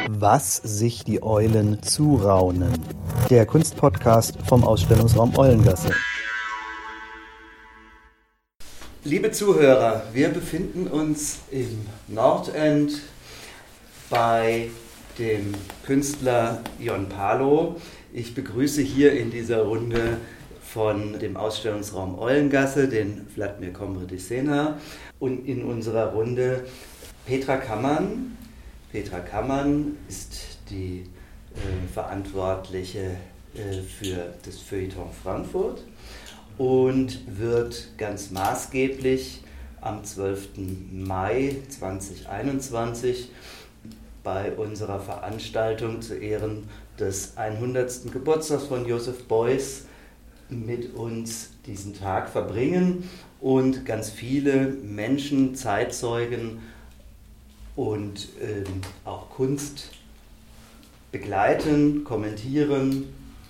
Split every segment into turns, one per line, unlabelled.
Was sich die Eulen zuraunen. Der Kunstpodcast vom Ausstellungsraum Eulengasse. Liebe Zuhörer, wir befinden uns im Nordend bei dem Künstler Jon Palo. Ich begrüße hier in dieser Runde von dem Ausstellungsraum Eulengasse den Vladimir Komre-Dissena und in unserer Runde Petra Kammann. Petra Kammann ist die Verantwortliche für das Feuilleton Frankfurt und wird ganz maßgeblich am 12. Mai 2021 bei unserer Veranstaltung zu Ehren des 100. Geburtstags von Joseph Beuys mit uns diesen Tag verbringen und ganz viele Menschen, Zeitzeugen und auch Kunst begleiten, kommentieren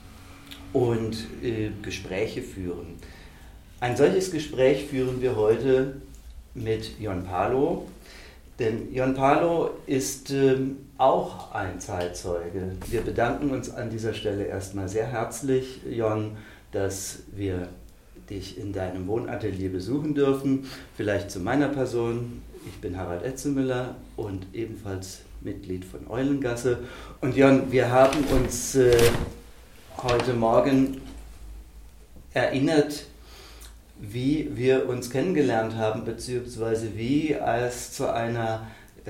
und Gespräche führen. Ein solches Gespräch führen wir heute mit Jon Palo, denn Jon Palo ist auch ein Zeitzeuge. Wir bedanken uns an dieser Stelle erstmal sehr herzlich, Jon, dass wir dich in deinem Wohnatelier besuchen dürfen. Vielleicht zu meiner Person. Ich bin Harald Etzemüller und ebenfalls Mitglied von Eulengasse. Und Jon, wir haben uns heute Morgen erinnert, wie wir uns kennengelernt haben, beziehungsweise wie es zu einem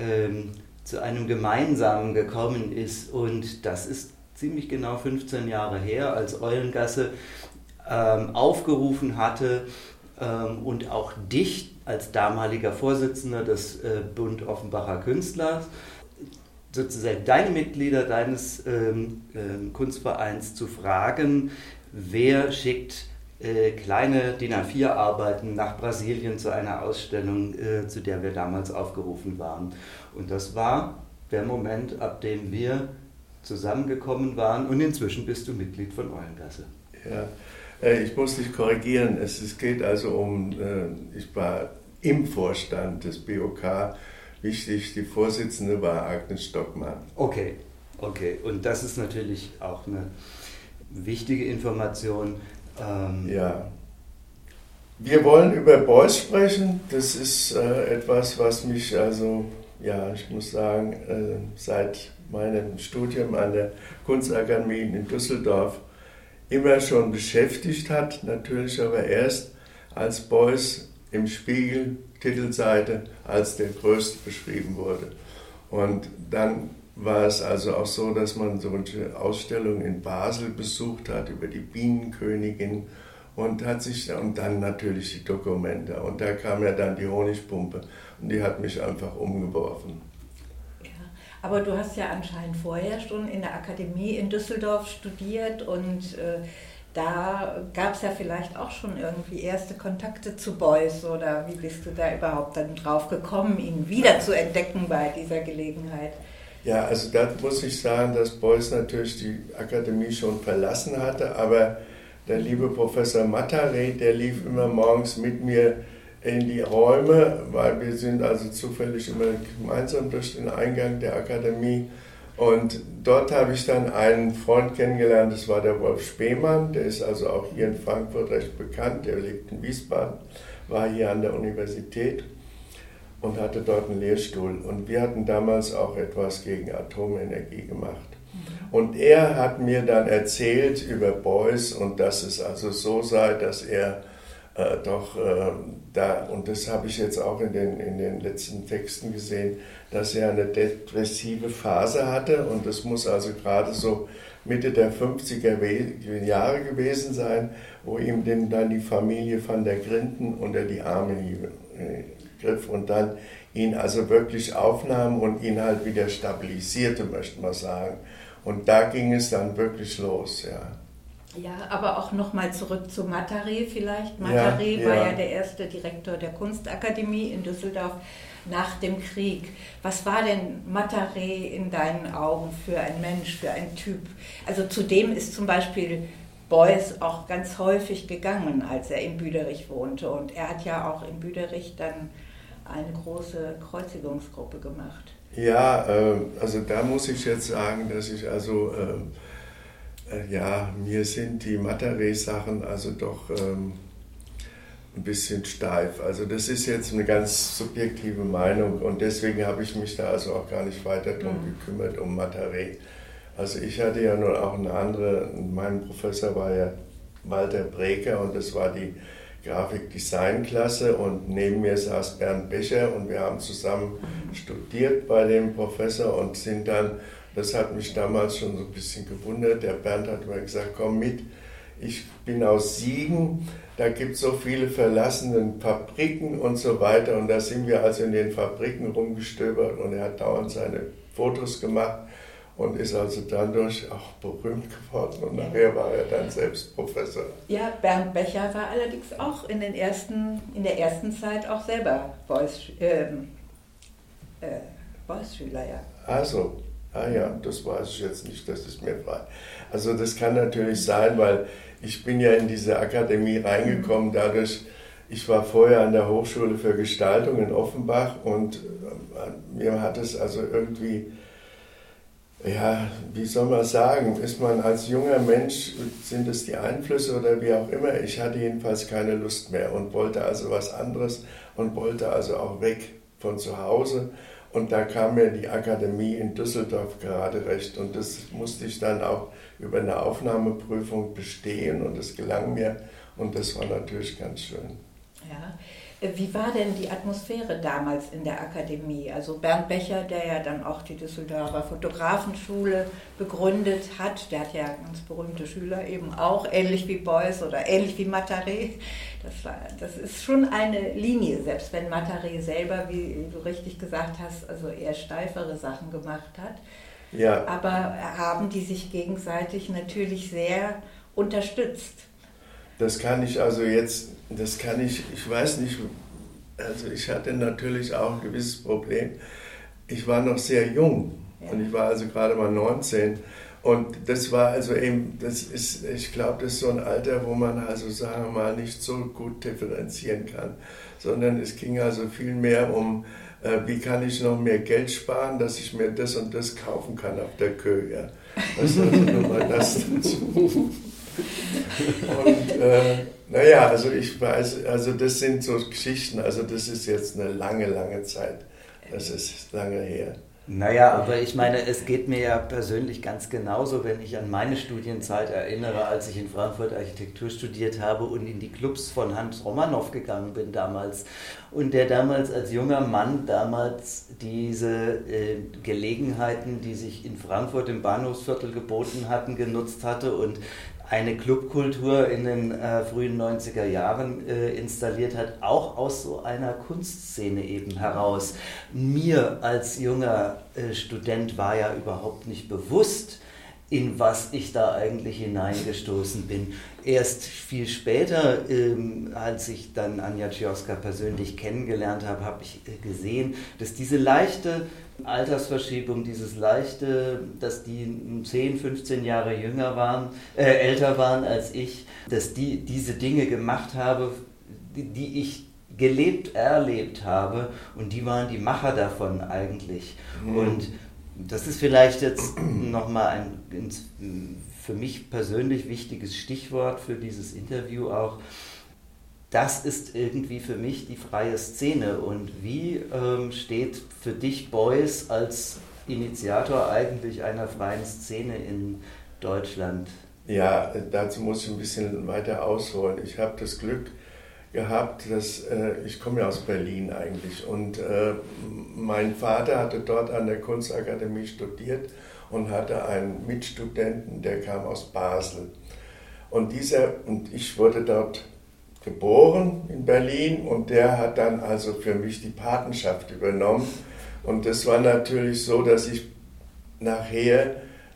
Gemeinsamen gekommen ist. Und das ist ziemlich genau 15 Jahre her, als Eulengasse aufgerufen hatte und auch dich als damaliger Vorsitzender des Bund Offenbacher Künstler, sozusagen deine Mitglieder deines Kunstvereins zu fragen, wer schickt kleine DIN A4-Arbeiten nach Brasilien zu einer Ausstellung, zu der wir damals aufgerufen waren. Und das war der Moment, ab dem wir zusammengekommen waren, und inzwischen bist du Mitglied von Eulengasse.
Ja. Ich muss dich korrigieren, es geht also um, ich war im Vorstand des BOK, wichtig, die Vorsitzende war Agnes Stockmann.
Okay, und das ist natürlich auch eine wichtige Information.
Ja, wir wollen über Beuys sprechen, das ist etwas, was mich also, ja, ich muss sagen, seit meinem Studium an der Kunstakademie in Düsseldorf immer schon beschäftigt hat, natürlich aber erst als Beuys im Spiegel, Titelseite, als der Größte beschrieben wurde. Und dann war es also auch so, dass man solche Ausstellungen in Basel besucht hat über die Bienenkönigin und dann natürlich die Dokumente. Und da kam ja dann die Honigpumpe und die hat mich einfach umgeworfen.
Aber du hast ja anscheinend vorher schon in der Akademie in Düsseldorf studiert und da gab es ja vielleicht auch schon irgendwie erste Kontakte zu Beuys, oder wie bist du da überhaupt dann drauf gekommen, ihn wieder zu entdecken bei dieser Gelegenheit?
Ja, also da muss ich sagen, dass Beuys natürlich die Akademie schon verlassen hatte, aber der liebe Professor Mataré, der lief immer morgens mit mir in die Räume, weil wir sind also zufällig immer gemeinsam durch den Eingang der Akademie, und dort habe ich dann einen Freund kennengelernt, das war der Wolf Spemann, der ist also auch hier in Frankfurt recht bekannt, der lebt in Wiesbaden, war hier an der Universität und hatte dort einen Lehrstuhl, und wir hatten damals auch etwas gegen Atomenergie gemacht. Und er hat mir dann erzählt über Beuys und dass es also so sei, dass er und das habe ich jetzt auch in den letzten Texten gesehen, dass er eine depressive Phase hatte, und das muss also gerade so Mitte der 50er Jahre gewesen sein, wo ihm dann die Familie van der Grinden unter die Arme griff und dann ihn also wirklich aufnahm und ihn halt wieder stabilisierte, möchte man sagen. Und da ging es dann wirklich los, ja.
Ja, aber auch nochmal zurück zu Mataré vielleicht. Mataré war ja der erste Direktor der Kunstakademie in Düsseldorf nach dem Krieg. Was war denn Mataré in deinen Augen für ein Mensch, für ein Typ? Also zu dem ist zum Beispiel Beuys auch ganz häufig gegangen, als er in Büderich wohnte. Und er hat ja auch in Büderich dann eine große Kreuzigungsgruppe gemacht.
Ja, also da muss ich jetzt sagen, dass ich also, mir sind die Mataré-Sachen also doch ein bisschen steif. Also das ist jetzt eine ganz subjektive Meinung und deswegen habe ich mich da also auch gar nicht weiter drum gekümmert, um Mataré. Also ich hatte ja nun auch eine andere, mein Professor war ja Walter Breker und das war die Grafikdesign-Klasse und neben mir saß Bernd Becher und wir haben zusammen studiert bei dem Professor und sind dann, das hat mich damals schon so ein bisschen gewundert, der Bernd hat mir gesagt, komm mit, ich bin aus Siegen, da gibt es so viele verlassene Fabriken und so weiter und da sind wir also in den Fabriken rumgestöbert und er hat dauernd seine Fotos gemacht und ist also dadurch auch berühmt geworden und nachher war er dann selbst Professor.
Ja, Bernd Becher war allerdings auch in der ersten Zeit auch selber Beuys-Schüler, ja.
Also, das weiß ich jetzt nicht, das ist mir frei. Also das kann natürlich sein, weil ich bin ja in diese Akademie reingekommen, dadurch, ich war vorher an der Hochschule für Gestaltung in Offenbach und mir hat es also irgendwie, ja, wie soll man sagen, ist man als junger Mensch, sind es die Einflüsse oder wie auch immer, ich hatte jedenfalls keine Lust mehr und wollte also was anderes und wollte also auch weg von zu Hause. Und da kam mir die Akademie in Düsseldorf gerade recht und das musste ich dann auch über eine Aufnahmeprüfung bestehen und das gelang mir und das war natürlich ganz schön.
Ja. Wie war denn die Atmosphäre damals in der Akademie? Also Bernd Becher, der ja dann auch die Düsseldorfer Fotografenschule begründet hat, der hat ja ganz berühmte Schüler eben auch, ähnlich wie Beuys oder ähnlich wie Mataré. Das ist schon eine Linie, selbst wenn Mataré selber, wie du richtig gesagt hast, also eher steifere Sachen gemacht hat.
Ja.
Aber haben die sich gegenseitig natürlich sehr unterstützt.
Das kann ich also jetzt, ich weiß nicht, also ich hatte natürlich auch ein gewisses Problem. Ich war noch sehr jung und ich war also gerade mal 19 und das war also eben, ich glaube, das ist so ein Alter, wo man also, sagen wir mal, nicht so gut differenzieren kann, sondern es ging also viel mehr um, wie kann ich noch mehr Geld sparen, dass ich mir das und das kaufen kann auf der Kö. Ja. Das ist also nur mal das dazu. Und also ich weiß, also das sind so Geschichten, also das ist jetzt eine lange, lange Zeit, das ist lange her.
Naja, aber ich meine, es geht mir ja persönlich ganz genauso, wenn ich an meine Studienzeit erinnere, als ich in Frankfurt Architektur studiert habe und in die Clubs von Hans Romanow gegangen bin damals. Und der damals als junger Mann diese Gelegenheiten, die sich in Frankfurt im Bahnhofsviertel geboten hatten, genutzt hatte und eine Clubkultur in den frühen 90er Jahren installiert hat, auch aus so einer Kunstszene eben heraus. Mir als junger Student war ja überhaupt nicht bewusst, in was ich da eigentlich hineingestoßen bin. Erst viel später, als ich dann Anja Cioska persönlich kennengelernt habe, habe ich gesehen, dass diese leichte Altersverschiebung, dass die 10, 15 Jahre älter waren als ich, dass die diese Dinge gemacht habe, die ich erlebt habe und die waren die Macher davon eigentlich. Und das ist vielleicht jetzt nochmal ein für mich persönlich wichtiges Stichwort für dieses Interview auch. Das ist irgendwie für mich die freie Szene. Und wie steht für dich Beuys als Initiator eigentlich einer freien Szene in Deutschland?
Ja, dazu muss ich ein bisschen weiter ausholen. Ich habe das Glück gehabt, dass ich komme ja aus Berlin eigentlich und mein Vater hatte dort an der Kunstakademie studiert und hatte einen Mitstudenten, der kam aus Basel. Und ich wurde dort geboren in Berlin und der hat dann also für mich die Patenschaft übernommen. Und das war natürlich so, dass ich nachher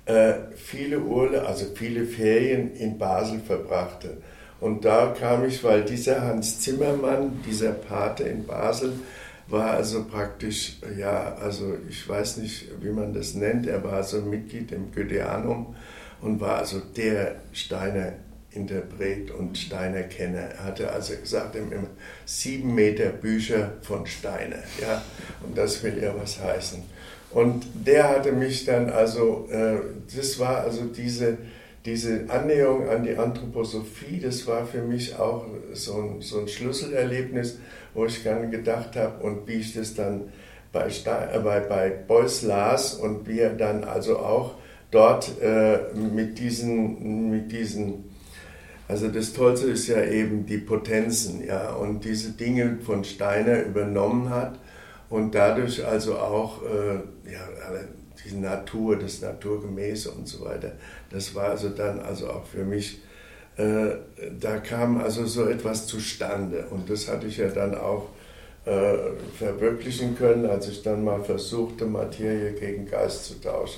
viele Ferien in Basel verbrachte. Und da kam ich, weil dieser Hans Zimmermann, dieser Pate in Basel, war also praktisch, ich weiß nicht, wie man das nennt, er war also Mitglied im Goetheanum und war also der Steiner Interpret und Steiner Kenner. Er hatte also gesagt, immer 7 Meter Bücher von Steiner, ja, und das will ja was heißen. Und der hatte mich dann also, das war also diese Annäherung an die Anthroposophie, das war für mich auch so ein Schlüsselerlebnis, wo ich dann gedacht habe und wie ich das dann bei Beuys las und wie er dann also auch dort mit diesen, also das Tollste ist ja eben die Potenzen, ja, und diese Dinge von Steiner übernommen hat und dadurch also auch die Natur, das Naturgemäße und so weiter. Das war also dann also auch für mich, da kam also so etwas zustande und das hatte ich ja dann auch verwirklichen können, als ich dann mal versuchte, Materie gegen Geist zu tauschen.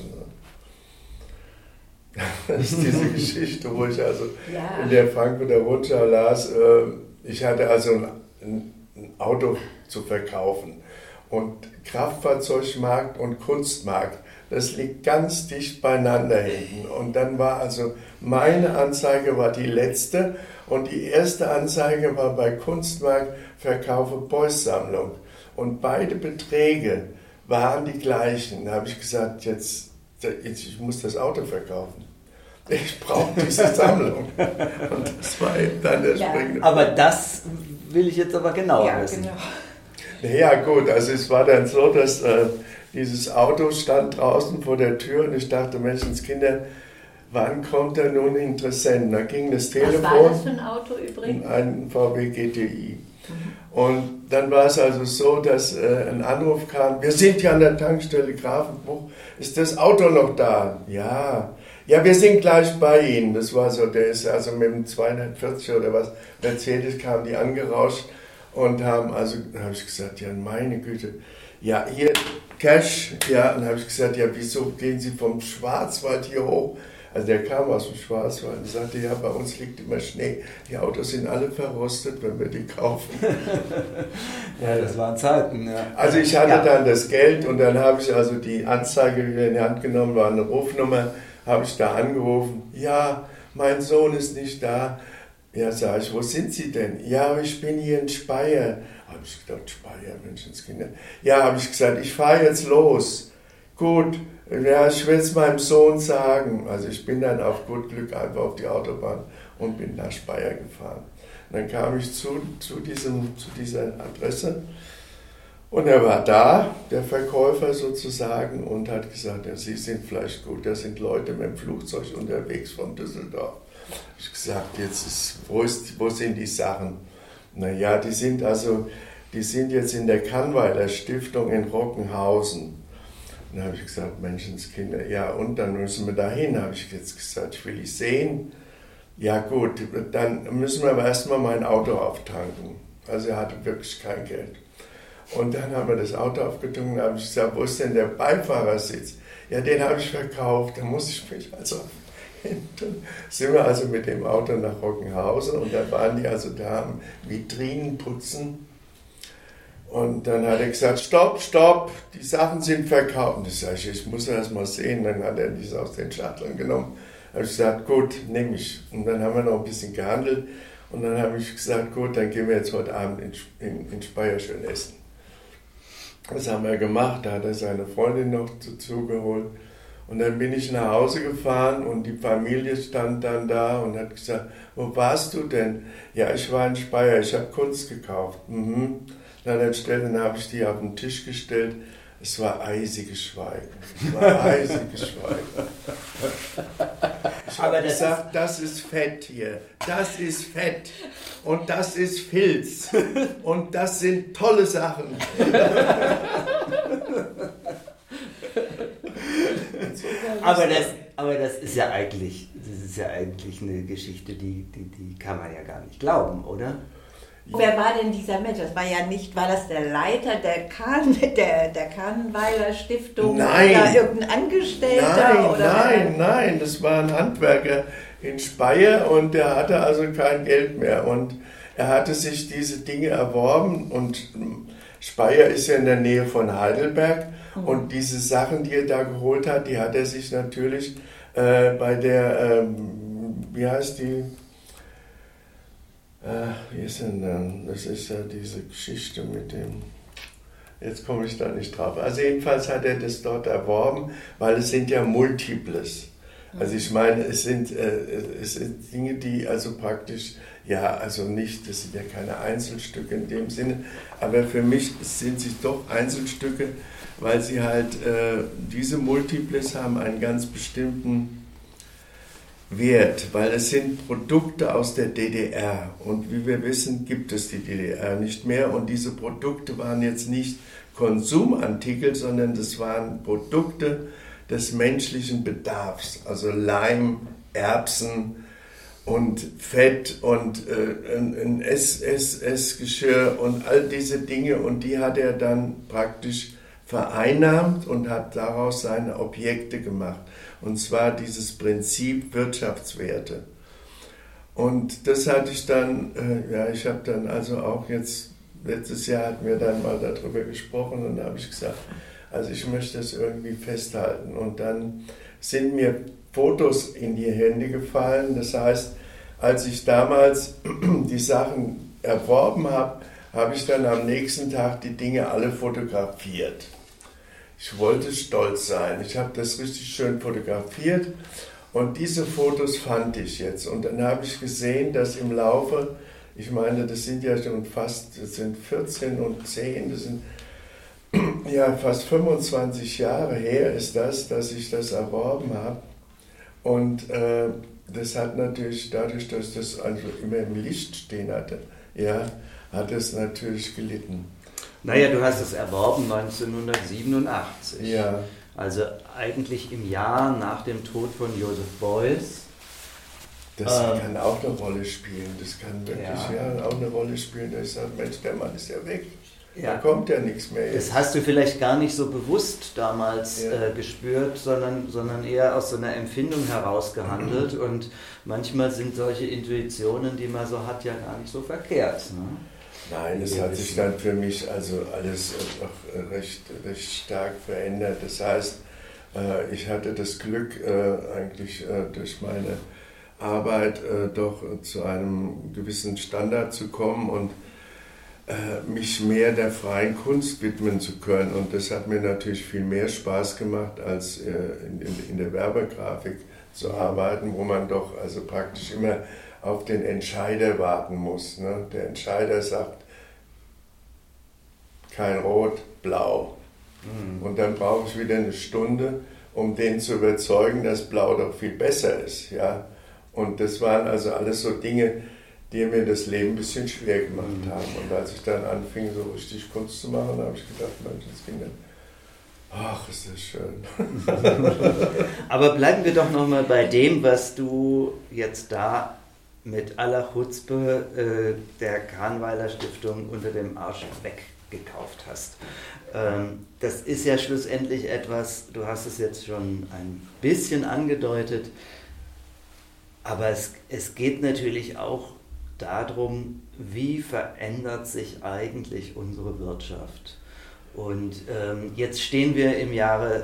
Das ist diese Geschichte, wo ich also in der Frankfurter Rundschau las, ich hatte also ein Auto zu verkaufen und Kraftfahrzeugmarkt und Kunstmarkt, das liegt ganz dicht beieinander hinten. Und dann war also, meine Anzeige war die letzte und die erste Anzeige war bei Kunstmarkt, verkaufe Beuys Sammlung. Und beide Beträge waren die gleichen. Da habe ich gesagt, jetzt ich muss das Auto verkaufen. Ich brauche diese Sammlung. Und das war eben dann der springende.
Aber das will ich jetzt aber genauer wissen.
Genau.
Ja gut, also es war dann so, dass dieses Auto stand draußen vor der Tür und ich dachte, Menschenskinder, wann kommt da nun ein Interessent? Da ging das Telefon.
Was war das für ein Auto übrigens?
Ein VW GTI. Und dann war es also so, dass ein Anruf kam, wir sind ja an der Tankstelle Grafenbruch, ist das Auto noch da? Ja, wir sind gleich bei Ihnen. Das war so, der ist also mit dem 240 oder was, Mercedes kamen die angerauscht und haben, also, dann habe ich gesagt, ja meine Güte, ja hier Cash, ja, und dann habe ich gesagt, ja wieso gehen Sie vom Schwarzwald hier hoch? Also der kam aus dem Schwarzwald und sagte, ja, bei uns liegt immer Schnee, die Autos sind alle verrostet, wenn wir die kaufen.
Ja, das waren Zeiten, ja.
Also ich hatte dann das Geld und dann habe ich also die Anzeige wieder in die Hand genommen, war eine Rufnummer, habe ich da angerufen, ja, mein Sohn ist nicht da. Ja, sage ich, wo sind Sie denn? Ja, ich bin hier in Speyer. Habe ich gedacht, Speyer, Menschenskinder. Ja, habe ich gesagt, ich fahre jetzt los. Gut, ja, ich will es meinem Sohn sagen. Also ich bin dann auf gut Glück einfach auf die Autobahn und bin nach Speyer gefahren. Und dann kam ich zu dieser Adresse und er war da, der Verkäufer sozusagen, und hat gesagt, ja, Sie sind vielleicht gut, da sind Leute mit dem Flugzeug unterwegs von Düsseldorf. Ich habe gesagt, wo sind die Sachen? Naja, die sind jetzt in der Kannweiler Stiftung in Rockenhausen. Dann habe ich gesagt, Menschenskinder, ja und dann müssen wir da hin, habe ich jetzt gesagt, ich will die sehen. Ja gut, dann müssen wir aber erstmal mein Auto auftanken. Also er hatte wirklich kein Geld. Und dann haben wir das Auto aufgetankt und habe ich gesagt, wo ist denn der Beifahrersitz? Ja, den habe ich verkauft, da muss ich mich also... Dann sind wir also mit dem Auto nach Rockenhausen und da waren die also da am Vitrinen putzen. Und dann hat er gesagt, stopp, die Sachen sind verkauft. Und ich sage, ich muss das mal sehen. Dann hat er diese aus den Schachteln genommen. Da habe ich gesagt, gut, nehme ich. Und dann haben wir noch ein bisschen gehandelt. Und dann habe ich gesagt, gut, dann gehen wir jetzt heute Abend in Speyer schön essen. Das haben wir gemacht. Da hat er seine Freundin noch dazu geholt. Und dann bin ich nach Hause gefahren und die Familie stand dann da und hat gesagt, wo warst du denn? Ja, ich war in Speyer, ich habe Kunst gekauft. Dann habe ich die auf den Tisch gestellt. Es war eisiges Schweigen. Ich habe gesagt, das ist Fett hier, das ist Fett und das ist Filz und das sind tolle Sachen.
Aber das ist ja eigentlich eine Geschichte, die kann man ja gar nicht glauben, oder?
Wer war denn dieser Mensch? Das war ja nicht, war das der Leiter der Kannweiler Stiftung oder irgendein Angestellter?
Nein, das war ein Handwerker in Speyer und der hatte also kein Geld mehr und er hatte sich diese Dinge erworben und Speyer ist ja in der Nähe von Heidelberg und diese Sachen, die er da geholt hat, die hat er sich natürlich bei der, wie heißt die? Wie ist denn dann? Das ist ja diese Geschichte mit dem Jetzt komme ich da nicht drauf. Also jedenfalls hat er das dort erworben, weil es sind ja Multiples. Also ich meine, es sind Dinge, die also praktisch, ja, also nicht, das sind ja keine Einzelstücke in dem Sinne, aber für mich sind sie doch Einzelstücke, weil sie halt, diese Multiples haben einen ganz bestimmten Wert, weil es sind Produkte aus der DDR und wie wir wissen, gibt es die DDR nicht mehr und diese Produkte waren jetzt nicht Konsumartikel, sondern das waren Produkte des menschlichen Bedarfs, also Leim, Erbsen und Fett und ein Essgeschirr und all diese Dinge und die hat er dann praktisch vereinnahmt und hat daraus seine Objekte gemacht. Und zwar dieses Prinzip Wirtschaftswerte. Und das hatte ich dann, ich habe dann also auch jetzt, letztes Jahr hatten wir dann mal darüber gesprochen und da habe ich gesagt, also ich möchte das irgendwie festhalten. Und dann sind mir Fotos in die Hände gefallen. Das heißt, als ich damals die Sachen erworben habe, habe ich dann am nächsten Tag die Dinge alle fotografiert. Ich wollte stolz sein. Ich habe das richtig schön fotografiert und diese Fotos fand ich jetzt. Und dann habe ich gesehen, dass im Laufe, ich meine, das sind ja schon fast, das sind 14 und 10, das sind ja fast 25 Jahre her ist das, dass ich das erworben habe. Und das hat natürlich, dadurch, dass das also immer im Licht stehen hatte, ja, hat es natürlich gelitten.
Naja, du hast es erworben 1987.
Ja.
Also eigentlich im Jahr nach dem Tod von Joseph Beuys.
Das kann auch eine Rolle spielen. Das kann wirklich auch eine Rolle spielen. Da ich sage, Mensch, der Mann ist ja weg. Ja. Da kommt ja nichts mehr jetzt.
Das hast du vielleicht gar nicht so bewusst damals gespürt, sondern eher aus so einer Empfindung heraus gehandelt. Und manchmal sind solche Intuitionen, die man so hat, ja gar nicht so verkehrt. Ne?
Nein, es hat sich dann für mich also alles auch recht stark verändert. Das heißt, ich hatte das Glück, eigentlich durch meine Arbeit doch zu einem gewissen Standard zu kommen und mich mehr der freien Kunst widmen zu können. Und das hat mir natürlich viel mehr Spaß gemacht, als in der Werbegrafik zu arbeiten, wo man doch also praktisch immer auf den Entscheider warten muss. Ne? Der Entscheider sagt, kein Rot, Blau. Und dann brauche ich wieder eine Stunde, um den zu überzeugen, dass Blau doch viel besser ist. Ja? Und das waren also alles so Dinge, die mir das Leben ein bisschen schwer gemacht haben. Und als ich dann anfing, so richtig Kunst zu machen, habe ich gedacht, Mensch, das ging dann, ach, ist das schön.
Aber bleiben wir doch nochmal bei dem, was du jetzt da mit aller Chutzpe der Kahnweiler Stiftung unter dem Arsch weggekauft hast. Das ist ja schlussendlich etwas, du hast es jetzt schon ein bisschen angedeutet, aber es geht natürlich auch darum, wie verändert sich eigentlich unsere Wirtschaft. Und jetzt stehen wir im Jahre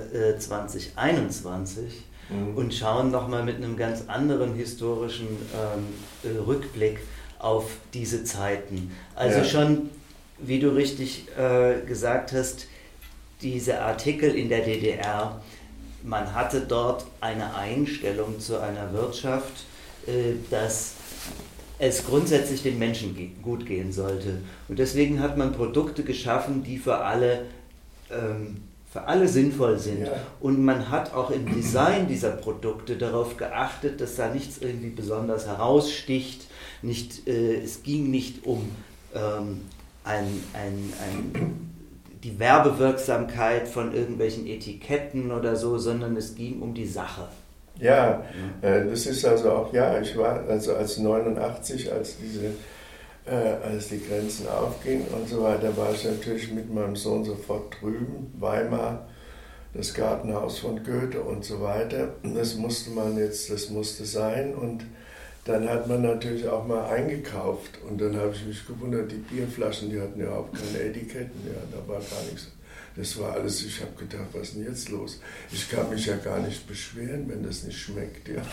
2021 und schauen nochmal mit einem ganz anderen historischen Rückblick auf diese Zeiten. Also schon, wie du richtig gesagt hast, diese Artikel in der DDR, man hatte dort eine Einstellung zu einer Wirtschaft, dass es grundsätzlich den Menschen gut gehen sollte. Und deswegen hat man Produkte geschaffen, die für alle sinnvoll sind. Ja. Und man hat auch im Design dieser Produkte darauf geachtet, dass da nichts irgendwie besonders heraussticht. Es ging nicht um die Werbewirksamkeit von irgendwelchen Etiketten oder so, sondern es ging um die Sache.
Ja, das ist also auch, ich war also als 89, als die Grenzen aufgingen und so weiter, war ich natürlich mit meinem Sohn sofort drüben, Weimar, das Gartenhaus von Goethe und so weiter. Das musste sein und dann hat man natürlich auch mal eingekauft und dann habe ich mich gewundert, die Bierflaschen, die hatten ja überhaupt keine Etiketten, da war gar nichts. Das war alles, ich habe gedacht, was ist denn jetzt los? Ich kann mich ja gar nicht beschweren, wenn das nicht schmeckt. Ja,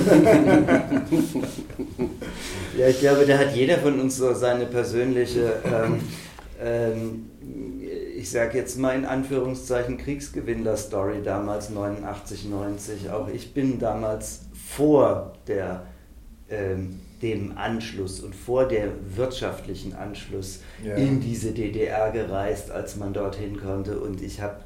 ja, ich glaube, da hat jeder von uns so seine persönliche, ich sage jetzt mal in Anführungszeichen Kriegsgewinnler-Story damals 89, 90. Auch ich bin damals vor dem Anschluss und vor dem wirtschaftlichen Anschluss in diese DDR gereist, als man dorthin konnte. Und ich habe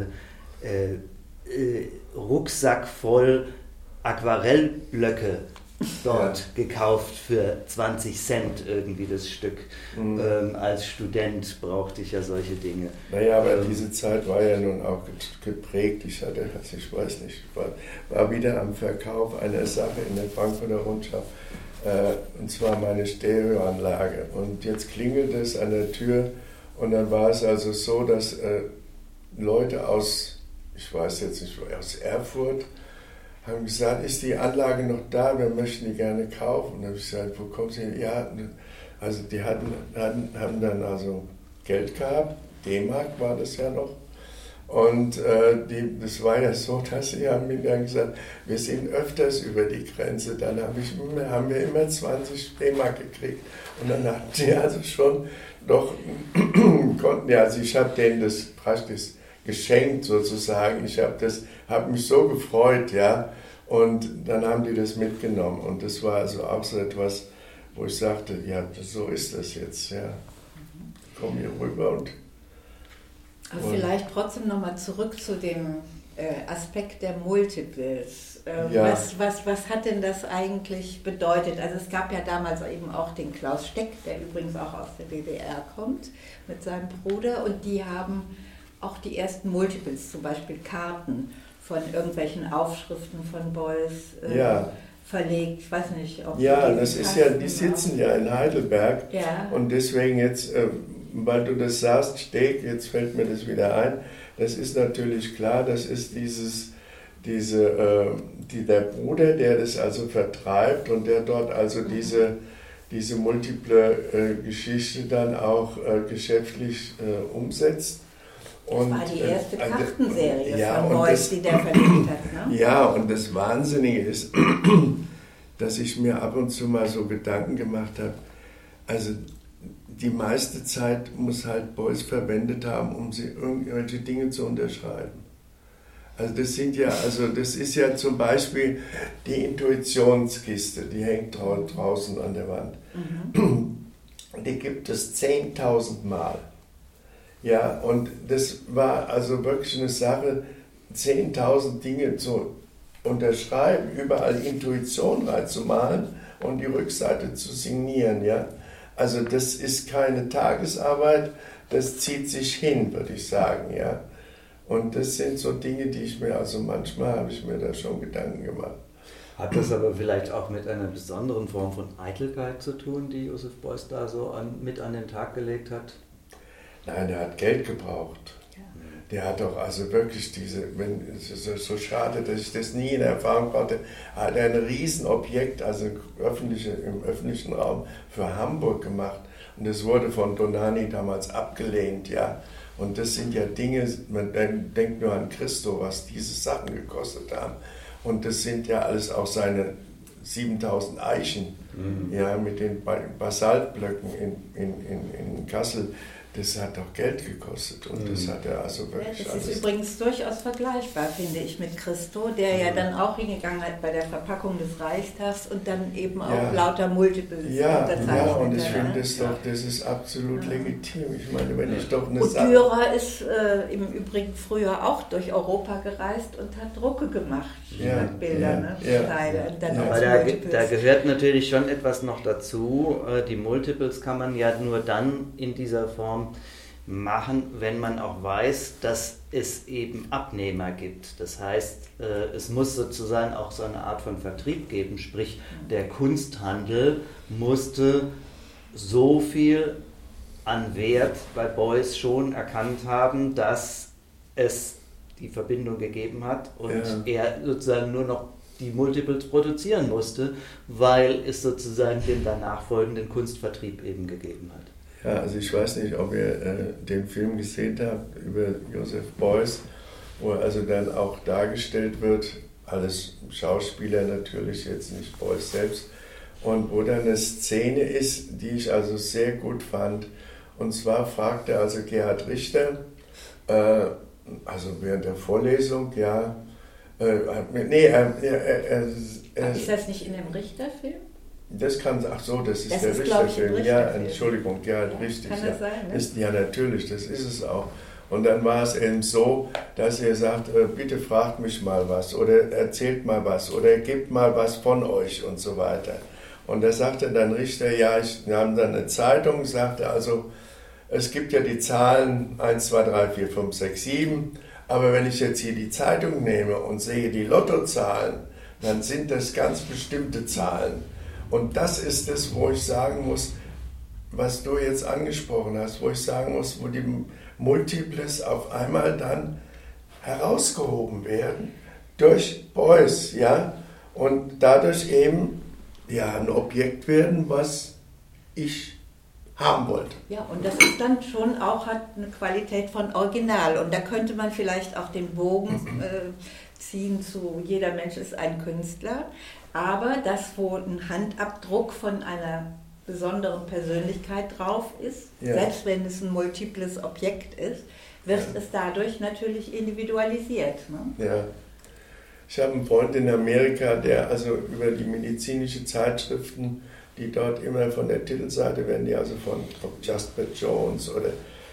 Rucksack voll Aquarellblöcke dort gekauft für 20 Cent irgendwie das Stück. Als Student brauchte ich ja solche Dinge.
Naja, aber diese Zeit war ja nun auch geprägt. Ich weiß nicht, war wieder am Verkauf einer Sache in der Frankfurter Rundschau, und zwar meine Stereoanlage. Und jetzt klingelt es an der Tür und dann war es also so, dass Leute aus, ich weiß jetzt nicht, aus Erfurt, haben gesagt, ist die Anlage noch da, wir möchten die gerne kaufen. Und dann habe ich gesagt, wo kommt sie hin? Ja, also die haben dann also Geld gehabt, D-Mark war das ja noch. Und das war ja so, dass sie haben mir dann gesagt, wir sind öfters über die Grenze, dann haben wir immer 20 D-Mark gekriegt. Und dann hatten sie also schon doch, also ich habe denen das praktisch geschenkt sozusagen. Ich habe mich so gefreut, ja. Und dann haben die das mitgenommen. Und das war also auch so etwas, wo ich sagte, ja, so ist das jetzt, ja. Komm hier rüber und
vielleicht trotzdem nochmal zurück zu dem Aspekt der Multiples.
Ja.
Was hat denn das eigentlich bedeutet? Also es gab ja damals eben auch den Klaus Steck, der übrigens auch aus der DDR kommt, mit seinem Bruder. Und die haben auch die ersten Multiples, zum Beispiel Karten von irgendwelchen Aufschriften von Beuys verlegt. Ich weiß nicht, ob
die sitzen ja in Heidelberg.
Ja.
Und deswegen jetzt, weil du das sagst, Steck, jetzt fällt mir das wieder ein, das ist natürlich klar, das ist der Bruder, der das also vertreibt und der dort also diese multiple Geschichte dann auch geschäftlich umsetzt.
Und, das war die erste Kartenserie von Beuys, die der verlegt hat. Ne?
Ja, und das Wahnsinnige ist, dass ich mir ab und zu mal so Gedanken gemacht habe, also die meiste Zeit muss halt Beuys verwendet haben, um sie irgendwelche Dinge zu unterschreiben. Also das ist ja zum Beispiel die Intuitionskiste, die hängt draußen an der Wand. Die gibt es 10.000 Mal. Ja, und das war also wirklich eine Sache, 10.000 Dinge zu unterschreiben, überall Intuition reinzumalen und die Rückseite zu signieren, ja. Also das ist keine Tagesarbeit, das zieht sich hin, würde ich sagen, ja. Und das sind so Dinge, die ich mir, also manchmal habe ich mir da schon Gedanken gemacht.
Hat das aber vielleicht auch mit einer besonderen Form von Eitelkeit zu tun, die Joseph Beuys da so mit an den Tag gelegt hat?
Nein, der hat Geld gebraucht. Ja. Der hat doch also wirklich es ist so schade, dass ich das nie in Erfahrung brachte, hat ein Riesenobjekt, also im öffentlichen Raum für Hamburg gemacht. Und das wurde von Donani damals abgelehnt, ja. Und das sind ja Dinge, man denkt nur an Christo, was diese Sachen gekostet haben. Und das sind ja alles auch seine 7000 Eichen, ja, mit den Basaltblöcken in Kassel. Das hat auch Geld gekostet und das hat er also wirklich...
Ja, das ist übrigens durchaus vergleichbar, finde ich, mit Christo, der ja dann auch hingegangen hat bei der Verpackung des Reichstags und dann eben auch lauter Multiples unterzeichnet.
Ja, und ich finde das ist absolut legitim. Ich meine, wenn ich doch eine Sache...
Dürer ist im Übrigen früher auch durch Europa gereist und hat Drucke gemacht mit Bildern, Teile. Und dann
Aber da gehört natürlich schon etwas noch dazu. Die Multiples kann man ja nur dann in dieser Form machen, wenn man auch weiß, dass es eben Abnehmer gibt. Das heißt, es muss sozusagen auch so eine Art von Vertrieb geben, sprich der Kunsthandel musste so viel an Wert bei Beuys schon erkannt haben, dass es die Verbindung gegeben hat und er sozusagen nur noch die Multiples produzieren musste, weil es sozusagen den danach folgenden Kunstvertrieb eben gegeben hat.
Ja, also ich weiß nicht, ob ihr den Film gesehen habt über Joseph Beuys, wo also dann auch dargestellt wird, alles Schauspieler natürlich, jetzt nicht Beuys selbst, und wo dann eine Szene ist, die ich also sehr gut fand. Und zwar fragte also Gerhard Richter Also während der Vorlesung, ja.
Ist das nicht in dem Richterfilm?
Das kann, ach so, das ist
das
der
ist,
Richterfilm. Ja, Entschuldigung, ja, richtig.
Kann das sein, ne?
Ja, natürlich, das ist es auch. Und dann war es eben so, dass er sagt, bitte fragt mich mal was oder erzählt mal was oder gebt mal was von euch und so weiter. Und da sagte dann Richter, ja, wir haben dann eine Zeitung, sagte also, es gibt ja die Zahlen 1, 2, 3, 4, 5, 6, 7, aber wenn ich jetzt hier die Zeitung nehme und sehe die Lottozahlen, dann sind das ganz bestimmte Zahlen. Und das ist es, wo ich sagen muss, was du jetzt angesprochen hast, wo ich sagen muss, wo die Multiples auf einmal dann herausgehoben werden durch Beuys, ja, und dadurch eben ja ein Objekt werden, was ich haben wollte.
Ja, und das ist dann schon auch, hat eine Qualität von Original. Und da könnte man vielleicht auch den Bogen ziehen zu jeder Mensch ist ein Künstler. Aber das, wo ein Handabdruck von einer besonderen Persönlichkeit drauf ist, ja, selbst wenn es ein multiples Objekt ist, wird es dadurch natürlich individualisiert. Ne?
Ja. Ich habe einen Freund in Amerika, der also über die medizinische Zeitschriften, die dort immer von der Titelseite werden, die also von Jasper Jones oder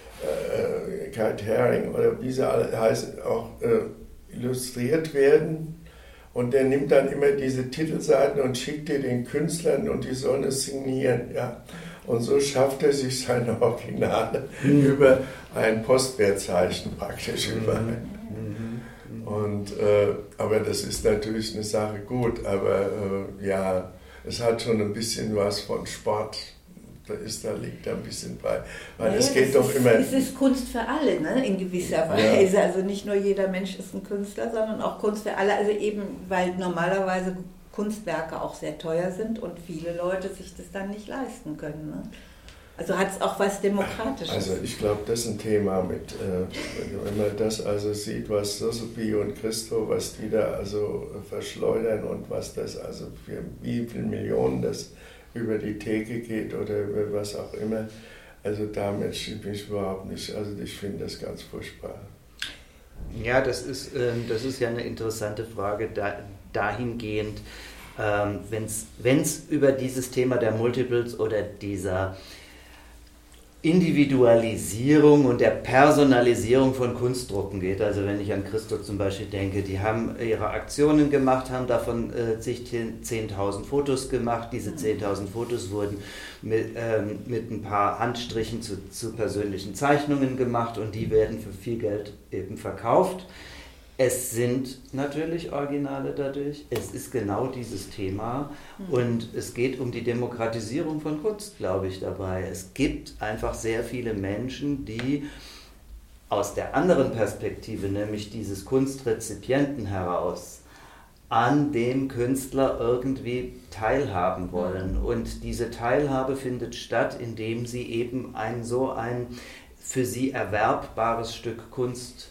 Kite Haring oder wie sie alle heißen, auch illustriert werden. Und der nimmt dann immer diese Titelseiten und schickt die den Künstlern und die sollen es signieren. Ja. Und so schafft er sich seine Originale über ein Postwertzeichen praktisch überall. Und, aber das ist natürlich eine Sache gut, aber ja, es hat schon ein bisschen was von Sport. Da liegt da ein bisschen bei. Weil ja, es geht doch immer.
Es ist Kunst für alle, ne? In gewisser Weise. Ja. Also nicht nur jeder Mensch ist ein Künstler, sondern auch Kunst für alle. Also eben, weil normalerweise Kunstwerke auch sehr teuer sind und viele Leute sich das dann nicht leisten können. Ne? Also hat es auch was Demokratisches.
Also ich glaube, das ist ein Thema mit, wenn man das also sieht, was Sotheby und Christo, was die da also verschleudern und was das also für wie viele Millionen das über die Theke geht oder über was auch immer. Also damit stimme ich überhaupt nicht. Also ich finde das ganz furchtbar.
Ja, das ist ja eine interessante Frage dahingehend, wenn es über dieses Thema der Multiples oder dieser Individualisierung und der Personalisierung von Kunstdrucken geht. Also wenn ich an Christo zum Beispiel denke, die haben ihre Aktionen gemacht, haben davon 10.000 Fotos gemacht. Diese 10.000 Fotos wurden mit ein paar Handstrichen zu persönlichen Zeichnungen gemacht und die werden für viel Geld eben verkauft. Es sind natürlich Originale dadurch, es ist genau dieses Thema und es geht um die Demokratisierung von Kunst, glaube ich, dabei. Es gibt einfach sehr viele Menschen, die aus der anderen Perspektive, nämlich dieses Kunstrezipienten heraus, an dem Künstler irgendwie teilhaben wollen. Und diese Teilhabe findet statt, indem sie eben ein für sie erwerbbares Stück Kunst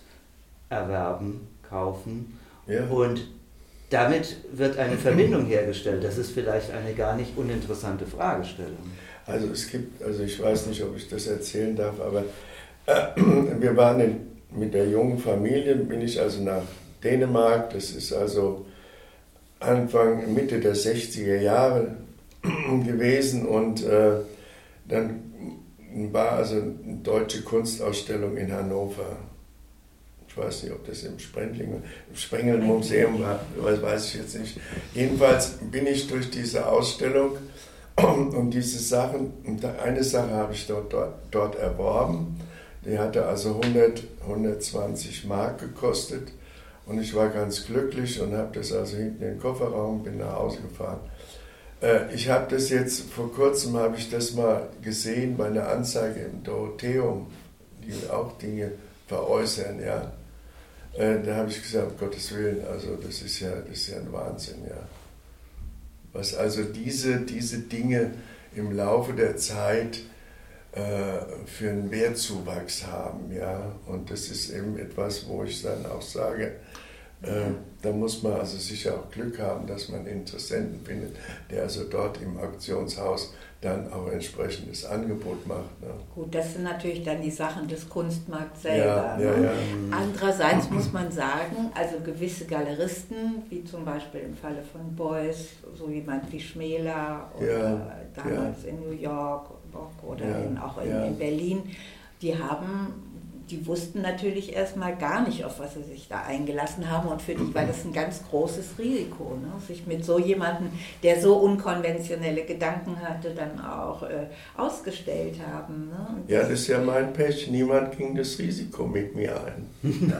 kaufen, ja. Und damit wird eine Verbindung hergestellt. Das ist vielleicht eine gar nicht uninteressante Fragestellung.
Also ich weiß nicht, ob ich das erzählen darf, aber wir waren mit der jungen Familie, bin ich also nach Dänemark, das ist also Mitte der 60er Jahre gewesen und dann war also eine deutsche Kunstausstellung in Hannover. Ich weiß nicht, ob das im Sprengelmuseum war, weiß ich jetzt nicht. Jedenfalls bin ich durch diese Ausstellung und diese Sachen, und eine Sache habe ich dort erworben, die hatte also 120 Mark gekostet und ich war ganz glücklich und habe das also hinten in den Kofferraum, bin nach Hause gefahren. Ich habe das jetzt, vor kurzem habe ich das mal gesehen bei einer Anzeige im Dorotheum, die auch Dinge veräußern, ja. Da habe ich gesagt, um Gottes Willen, also das ist ja ein Wahnsinn, ja. Was also diese Dinge im Laufe der Zeit für einen Wertzuwachs haben, ja. Und das ist eben etwas, wo ich dann auch sage, Da muss man also sicher auch Glück haben, dass man einen Interessenten findet, der also dort im Auktionshaus dann auch ein entsprechendes Angebot macht. Ne?
Gut, das sind natürlich dann die Sachen des Kunstmarkts selber.
Ja.
Andererseits muss man sagen, also gewisse Galeristen, wie zum Beispiel im Falle von Beuys, so jemand wie Schmäler oder damals in New York oder auch in Berlin, die wussten natürlich erstmal gar nicht, auf was sie sich da eingelassen haben, und für die war das ein ganz großes Risiko, ne? Sich mit so jemandem, der so unkonventionelle Gedanken hatte, dann auch ausgestellt haben. Ne?
Ja, das ist ja mein Pech, niemand ging das Risiko mit mir ein.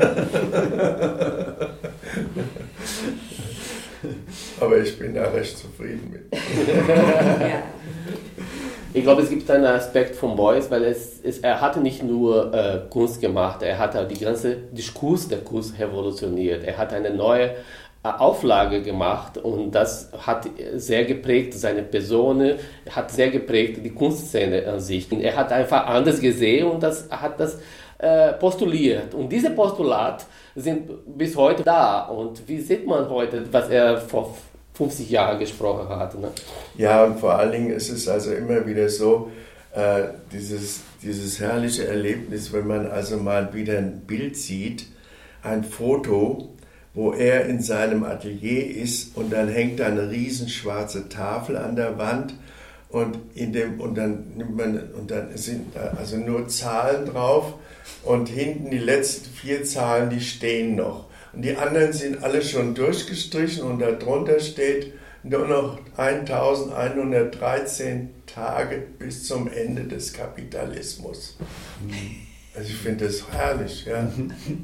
Aber ich bin da recht zufrieden mit.
Ja. Ich glaube, es gibt einen Aspekt von Beuys, weil er hatte nicht nur Kunst gemacht, er hat auch die ganze Diskurs der Kunst revolutioniert. Er hat eine neue Auflage gemacht und das hat sehr geprägt seine Person, hat sehr geprägt die Kunstszene an sich. Er hat einfach anders gesehen und hat das postuliert. Und diese Postulat sind bis heute da. Und wie sieht man heute, was er vor 50 Jahren gesprochen hat? Ne?
Ja, und vor allen Dingen ist es also immer wieder so, dieses herrliche Erlebnis, wenn man also mal wieder ein Bild sieht, ein Foto, wo er in seinem Atelier ist und dann hängt da eine riesen schwarze Tafel an der Wand und dann sind da also nur Zahlen drauf und hinten die letzten 4 Zahlen, die stehen noch. Und die anderen sind alle schon durchgestrichen und darunter steht nur noch 1113 Tage bis zum Ende des Kapitalismus. Also ich finde das herrlich. Ja.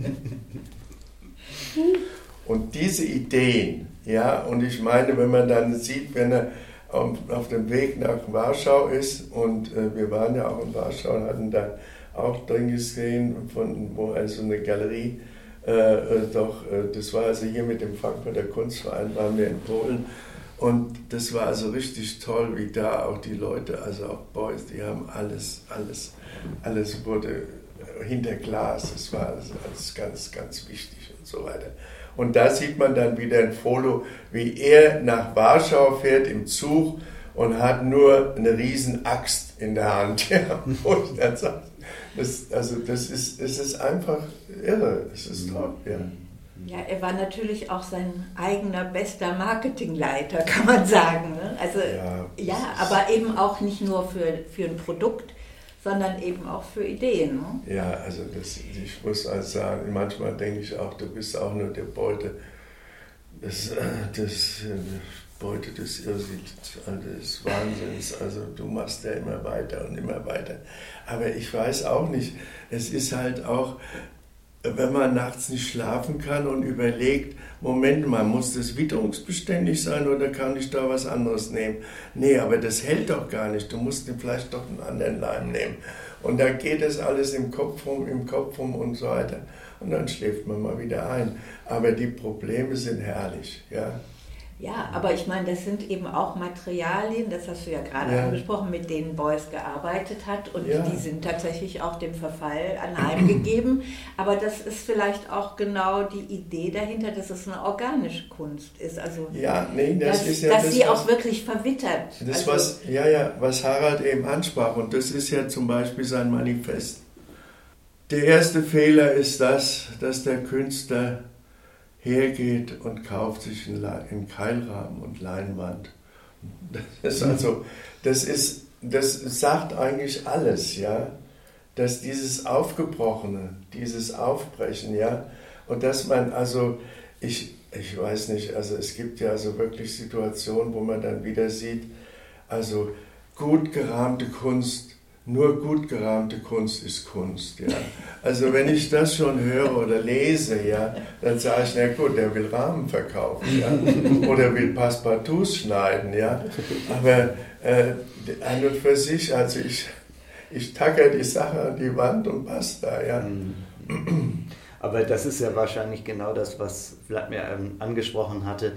Und diese Ideen, ja, und ich meine, wenn man dann sieht, wenn er auf dem Weg nach Warschau ist, und wir waren ja auch in Warschau und hatten da auch drin gesehen, wo also eine Galerie, das war also hier mit dem Frankfurter Kunstverein, waren wir in Polen, und das war also richtig toll, wie da auch die Leute, also auch Beuys, die haben alles wurde hinter Glas, das war alles ganz, ganz wichtig und so weiter. Und da sieht man dann wieder ein Foto, wie er nach Warschau fährt im Zug und hat nur eine riesen Axt in der Hand. Ja, wo ich dann sage, das ist einfach irre, das ist toll. Ja.
Ja, er war natürlich auch sein eigener bester Marketingleiter, kann man sagen. Ne? Also, ja, aber eben auch nicht nur für ein Produkt, sondern eben auch für Ideen. Ne?
Ja, also ich muss also sagen, manchmal denke ich auch, du bist auch nur der Beute des Irrsinns, des Wahnsinns. Also du machst ja immer weiter und immer weiter. Aber ich weiß auch nicht, es ist halt auch, wenn man nachts nicht schlafen kann und überlegt, Moment mal, muss das witterungsbeständig sein oder kann ich da was anderes nehmen? Nee, aber das hält doch gar nicht, du musst vielleicht doch einen anderen Leim nehmen. Und da geht es alles im Kopf rum und so weiter. Und dann schläft man mal wieder ein. Aber die Probleme sind herrlich, ja.
Ja, aber ich meine, das sind eben auch Materialien, das hast du ja gerade angesprochen, mit denen Beuys gearbeitet hat, und die sind tatsächlich auch dem Verfall anheimgegeben. Aber das ist vielleicht auch genau die Idee dahinter, dass es eine organische Kunst ist. Also,
dass
sie auch wirklich verwittert.
Das, was Harald eben ansprach, und das ist ja zum Beispiel sein Manifest. Der erste Fehler ist dass der Künstler hergeht und kauft sich einen Keilrahmen und Leinwand. Das sagt eigentlich alles, ja, dass dieses Aufgebrochene, dieses Aufbrechen, ja, und dass man also, ich weiß nicht, also es gibt ja also wirklich Situationen, wo man dann wieder sieht, also gut gerahmte Kunst, nur gut gerahmte Kunst ist Kunst. Ja. Also wenn ich das schon höre oder lese, ja, dann sage ich, na gut, der will Rahmen verkaufen, ja, oder will Passepartouts schneiden. Ja. Aber an und für sich, also ich tacker die Sache an die Wand und basta. Ja.
Aber das ist ja wahrscheinlich genau das, was Vladimir angesprochen hatte.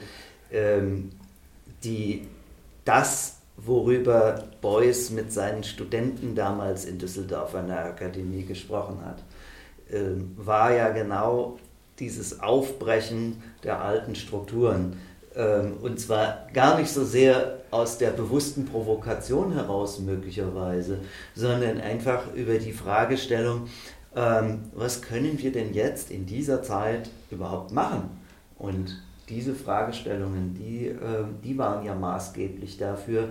Das, worüber Beuys mit seinen Studenten damals in Düsseldorf an der Akademie gesprochen hat, war ja genau dieses Aufbrechen der alten Strukturen. Und zwar gar nicht so sehr aus der bewussten Provokation heraus möglicherweise, sondern einfach über die Fragestellung, was können wir denn jetzt in dieser Zeit überhaupt machen? Und diese Fragestellungen, die waren ja maßgeblich dafür.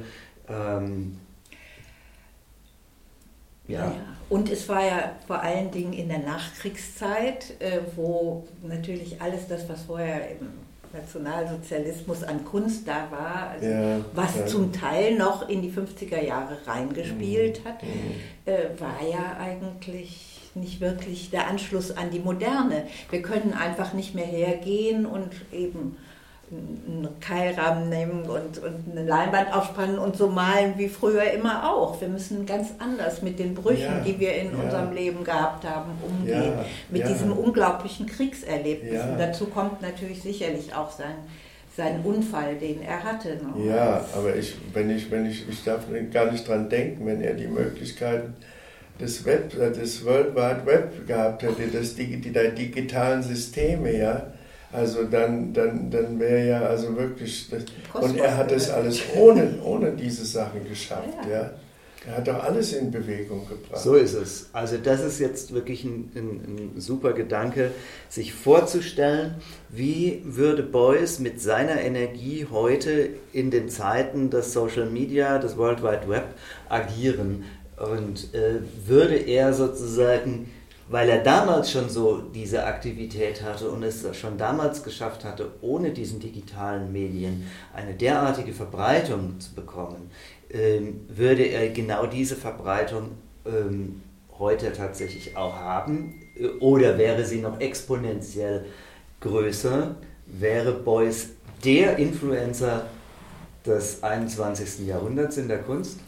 Ja. Und es war ja vor allen Dingen in der Nachkriegszeit, wo natürlich alles das, was vorher im Nationalsozialismus an Kunst da war, also was zum Teil noch in die 50er Jahre reingespielt hat, war ja eigentlich nicht wirklich der Anschluss an die Moderne. Wir können einfach nicht mehr hergehen und eben einen Keilrahmen nehmen und eine Leinwand aufspannen und so malen wie früher immer auch. Wir müssen ganz anders mit den Brüchen, die wir in unserem Leben gehabt haben, umgehen. Mit diesem unglaublichen Kriegserlebnis. Und dazu kommt natürlich sicherlich auch sein Unfall, den er hatte. Ne?
Ja, aber ich darf gar nicht dran denken, wenn er die Möglichkeiten des World Wide Web gehabt hätte, die digitalen Systeme, ja. Also dann wäre ja also wirklich, und er hat das alles ohne diese Sachen geschafft, ja. Er hat doch alles in Bewegung gebracht.
So ist es. Also das ist jetzt wirklich ein super Gedanke, sich vorzustellen, wie würde Beuys mit seiner Energie heute in den Zeiten des Social Media, des World Wide Web agieren. Und würde er sozusagen, weil er damals schon so diese Aktivität hatte und es schon damals geschafft hatte, ohne diesen digitalen Medien eine derartige Verbreitung zu bekommen, würde er genau diese Verbreitung heute tatsächlich auch haben, oder wäre sie noch exponentiell größer, wäre Beuys der Influencer des 21. Jahrhunderts in der Kunst?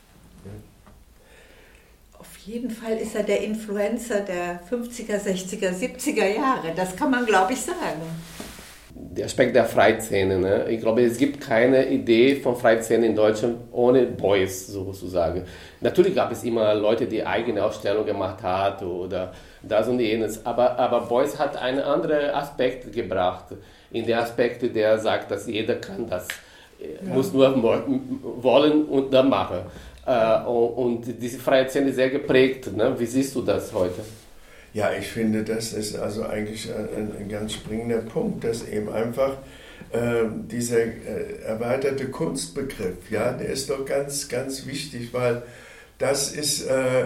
Auf jeden Fall ist er der Influencer der 50er, 60er, 70er Jahre. Das kann man, glaube ich, sagen.
Der Aspekt der Freizene. Ne? Ich glaube, es gibt keine Idee von Freizene in Deutschland ohne Beuys, sozusagen. Natürlich gab es immer Leute, die eigene Ausstellungen gemacht haben oder das und jenes. Aber Beuys hat einen anderen Aspekt gebracht. In den Aspekt, der sagt, dass jeder kann das. Muss nur wollen und dann machen. Und diese freie Szene ist sehr geprägt. Ne? Wie siehst du das heute?
Ja, ich finde, das ist also eigentlich ein ganz springender Punkt, dass eben einfach dieser erweiterte Kunstbegriff, ja, der ist doch ganz, ganz wichtig, weil das ist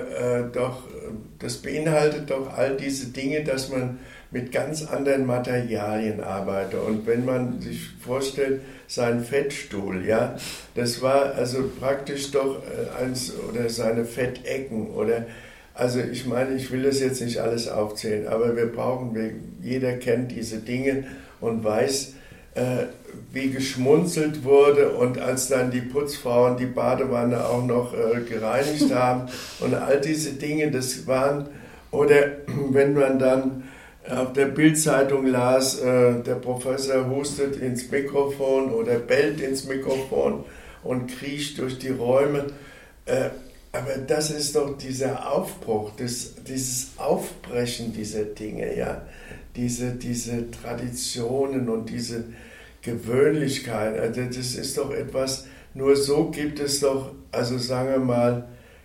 das beinhaltet doch all diese Dinge, dass man mit ganz anderen Materialien arbeitet. Und wenn man sich vorstellt, sein Fettstuhl, ja, das war also praktisch doch oder seine Fettecken oder, also ich meine, ich will das jetzt nicht alles aufzählen, aber jeder kennt diese Dinge und weiß, wie geschmunzelt wurde, und als dann die Putzfrauen die Badewanne auch noch gereinigt haben und all diese Dinge, das waren, oder wenn man dann auf der Bild-Zeitung las, der Professor hustet ins Mikrofon oder bellt ins Mikrofon und kriecht durch die Räume. Aber das ist doch dieser Aufbruch, dieses Aufbrechen dieser Dinge, ja, diese Traditionen und diese Gewöhnlichkeit. Also das ist doch etwas, nur so gibt es doch, also sagen wir mal,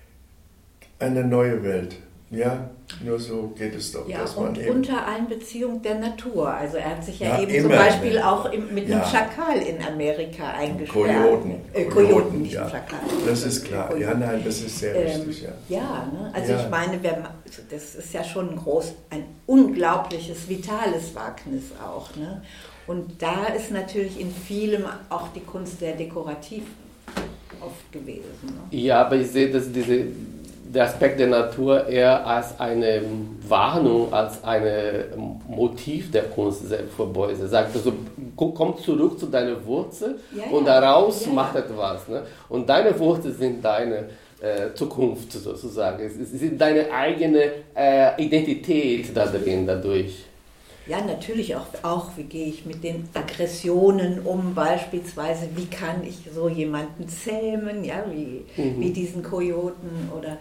eine neue Welt. Ja, nur so geht es doch.
Ja,
dass
und
man
unter Einbeziehung der Natur. Also er hat sich ja eben
immer,
zum Beispiel auch mit dem Schakal in Amerika eingesperrt. Kojoten, nicht Schakal.
Das ist klar. Kojoten. Ja, nein, das ist sehr wichtig. Ja,
ne? Also ich meine, das ist ja schon ein unglaubliches, vitales Wagnis auch. Ne? Und da ist natürlich in vielem auch die Kunst sehr dekorativ oft gewesen. Ne?
Ja, aber ich sehe, dass der Aspekt der Natur eher als eine Warnung, als ein Motiv der Kunst für Beuys. Er sagt also, komm zurück zu deiner Wurzel und daraus macht etwas. Ne? Und deine Wurzeln sind deine Zukunft sozusagen. Es ist deine eigene Identität da drin dadurch.
Ja, natürlich auch, wie gehe ich mit den Aggressionen um, beispielsweise, wie kann ich so jemanden zähmen, ja, wie diesen Kojoten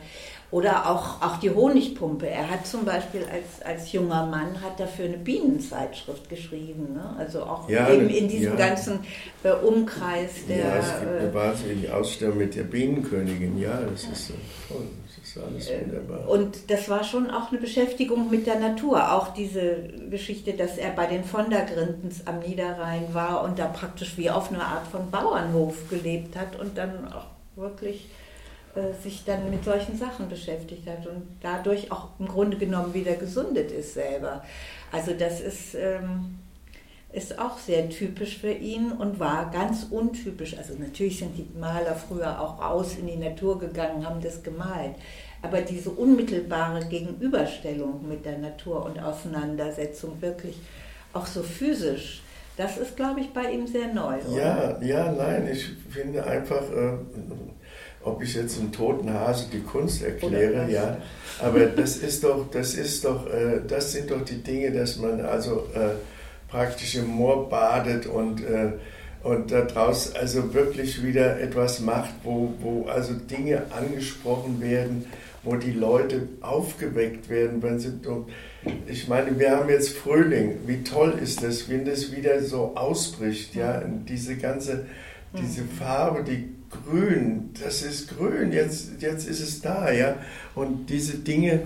Oder auch die Honigpumpe. Er hat zum Beispiel als junger Mann hat er für eine Bienenzeitschrift geschrieben. Ne? Also auch eben in diesem ganzen Umkreis der...
Ja, es gibt eine wahnsinnige Ausstellung mit der Bienenkönigin. Ja, das ist so toll. Das ist alles wunderbar.
Und das war schon auch eine Beschäftigung mit der Natur. Auch diese Geschichte, dass er bei den von der Grindens am Niederrhein war und da praktisch wie auf einer Art von Bauernhof gelebt hat und dann auch wirklich sich dann mit solchen Sachen beschäftigt hat und dadurch auch im Grunde genommen wieder gesundet ist selber. Also das ist auch sehr typisch für ihn und war ganz untypisch. Also natürlich sind die Maler früher auch raus in die Natur gegangen, haben das gemalt. Aber diese unmittelbare Gegenüberstellung mit der Natur und Auseinandersetzung wirklich auch so physisch, das ist, glaube ich, bei ihm sehr neu. Oder?
Ja, nein, ich finde einfach... ob ich jetzt einen toten Hase die Kunst erkläre, ja, aber das sind doch die Dinge, dass man also praktisch im Moor badet und daraus also wirklich wieder etwas macht, wo also Dinge angesprochen werden, wo die Leute aufgeweckt werden. Ich meine, wir haben jetzt Frühling, wie toll ist das, wenn das wieder so ausbricht, ja, diese Farbe, die Grün, das ist grün, jetzt ist es da, ja. Und diese Dinge,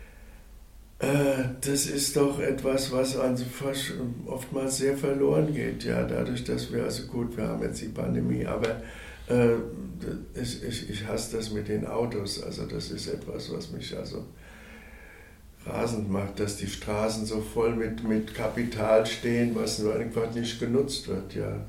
das ist doch etwas, was also oftmals sehr verloren geht, ja. Dadurch, dass wir, also gut, wir haben jetzt die Pandemie, aber ich hasse das mit den Autos, also das ist etwas, was mich also rasend macht, dass die Straßen so voll mit Kapital stehen, was nur einfach nicht genutzt wird, ja.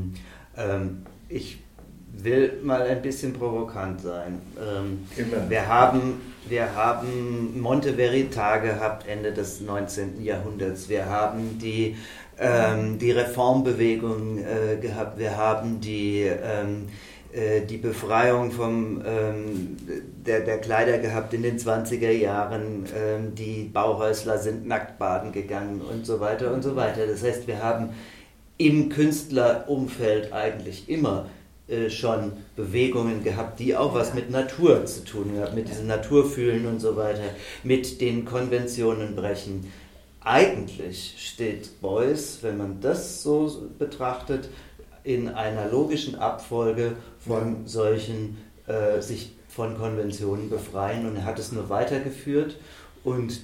Ich will mal ein bisschen provokant sein.
Immer.
Wir haben Monte Verita gehabt, Ende des 19. Jahrhunderts. Wir haben die Reformbewegung gehabt. Wir haben die Befreiung der Kleider gehabt in den 20er Jahren. Die Bauhäusler sind nackt baden gegangen und so weiter und so weiter. Das heißt, wir haben im Künstlerumfeld eigentlich immer schon Bewegungen gehabt, die auch was mit Natur zu tun haben, mit diesem Naturfühlen und so weiter, mit den Konventionen brechen. Eigentlich steht Beuys, wenn man das so betrachtet, in einer logischen Abfolge von solchen sich von Konventionen befreien, und er hat es nur weitergeführt und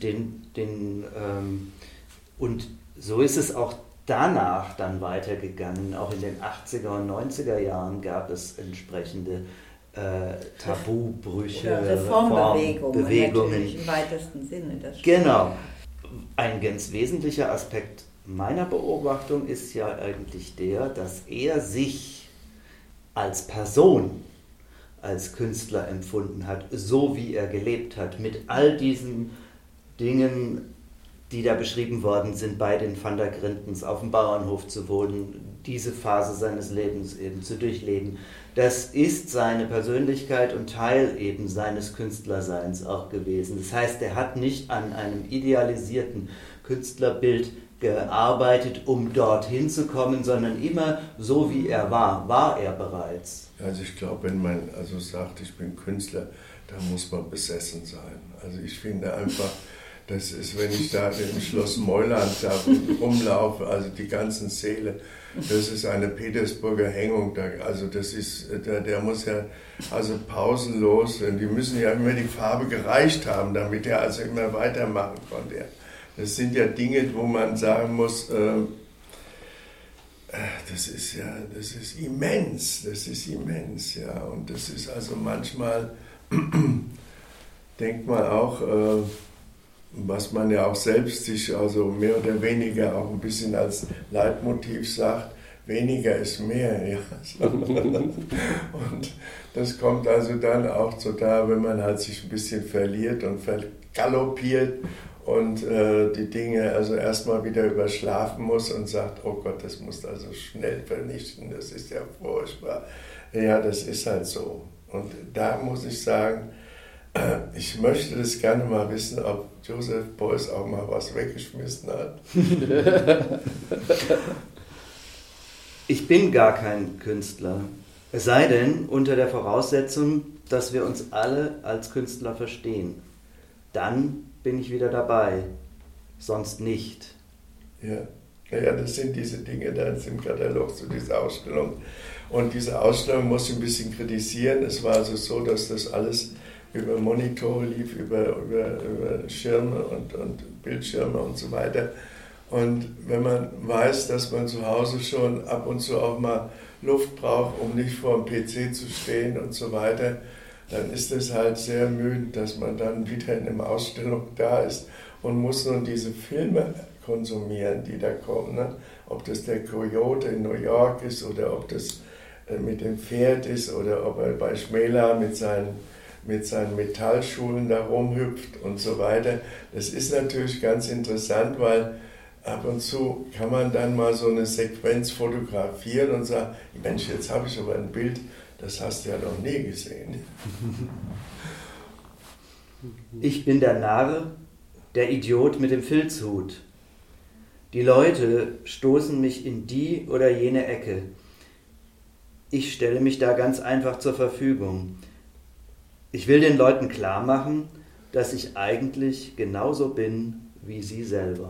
und so ist es auch danach dann weitergegangen. Auch in den 80er und 90er Jahren gab es entsprechende Tabubrüche,
Reformbewegungen natürlich im weitesten Sinne. Das
genau. Ein ganz wesentlicher Aspekt meiner Beobachtung ist ja eigentlich der, dass er sich als Person, als Künstler empfunden hat, so wie er gelebt hat, mit all diesen Dingen, die da beschrieben worden sind, bei den Van der Grindens auf dem Bauernhof zu wohnen, diese Phase seines Lebens eben zu durchleben. Das ist seine Persönlichkeit und Teil eben seines Künstlerseins auch gewesen. Das heißt, er hat nicht an einem idealisierten Künstlerbild gearbeitet, um dorthin zu kommen, sondern immer so, wie er war er bereits.
Also ich glaube, wenn man also sagt, ich bin Künstler, dann muss man besessen sein. Also ich finde einfach, das ist, wenn ich da im Schloss Meuland da rumlaufe, also die ganzen Säle, das ist eine Petersburger Hängung, also das ist, der muss ja also pausenlos, denn die müssen ja immer die Farbe gereicht haben, damit er also immer weitermachen konnte. Das sind ja Dinge, wo man sagen muss, das ist immens, ja, und das ist also manchmal, denkt man auch, was man ja auch selbst sich also mehr oder weniger auch ein bisschen als Leitmotiv sagt, weniger ist mehr. Ja. Und das kommt also dann auch so da, wenn man halt sich ein bisschen verliert und vergaloppiert und die Dinge also erstmal wieder überschlafen muss und sagt, oh Gott, das muss also schnell vernichten, das ist ja furchtbar. Ja, das ist halt so. Und da muss ich sagen, ich möchte das gerne mal wissen, ob Joseph Beuys auch mal was weggeschmissen hat.
Ich bin gar kein Künstler. Es sei denn, unter der Voraussetzung, dass wir uns alle als Künstler verstehen. Dann bin ich wieder dabei, sonst nicht.
Ja, das sind diese Dinge da im Katalog zu dieser Ausstellung. Und diese Ausstellung muss ich ein bisschen kritisieren. Es war also so, dass das alles über Monitore lief, über Schirme und Bildschirme und so weiter. Und wenn man weiß, dass man zu Hause schon ab und zu auch mal Luft braucht, um nicht vor dem PC zu stehen und so weiter, dann ist es halt sehr müde, dass man dann wieder in einer Ausstellung da ist und muss nun diese Filme konsumieren, die da kommen. Ne? Ob das der Coyote in New York ist oder ob das mit dem Pferd ist oder ob er bei Schmela mit seinen Metallschuhen da rumhüpft und so weiter. Das ist natürlich ganz interessant, weil ab und zu kann man dann mal so eine Sequenz fotografieren und sagen, Mensch, jetzt habe ich aber ein Bild, das hast du ja noch nie gesehen.
Ich bin der Narr, der Idiot mit dem Filzhut. Die Leute stoßen mich in die oder jene Ecke. Ich stelle mich da ganz einfach zur Verfügung. Ich will den Leuten klar machen, dass ich eigentlich genauso bin wie sie selber.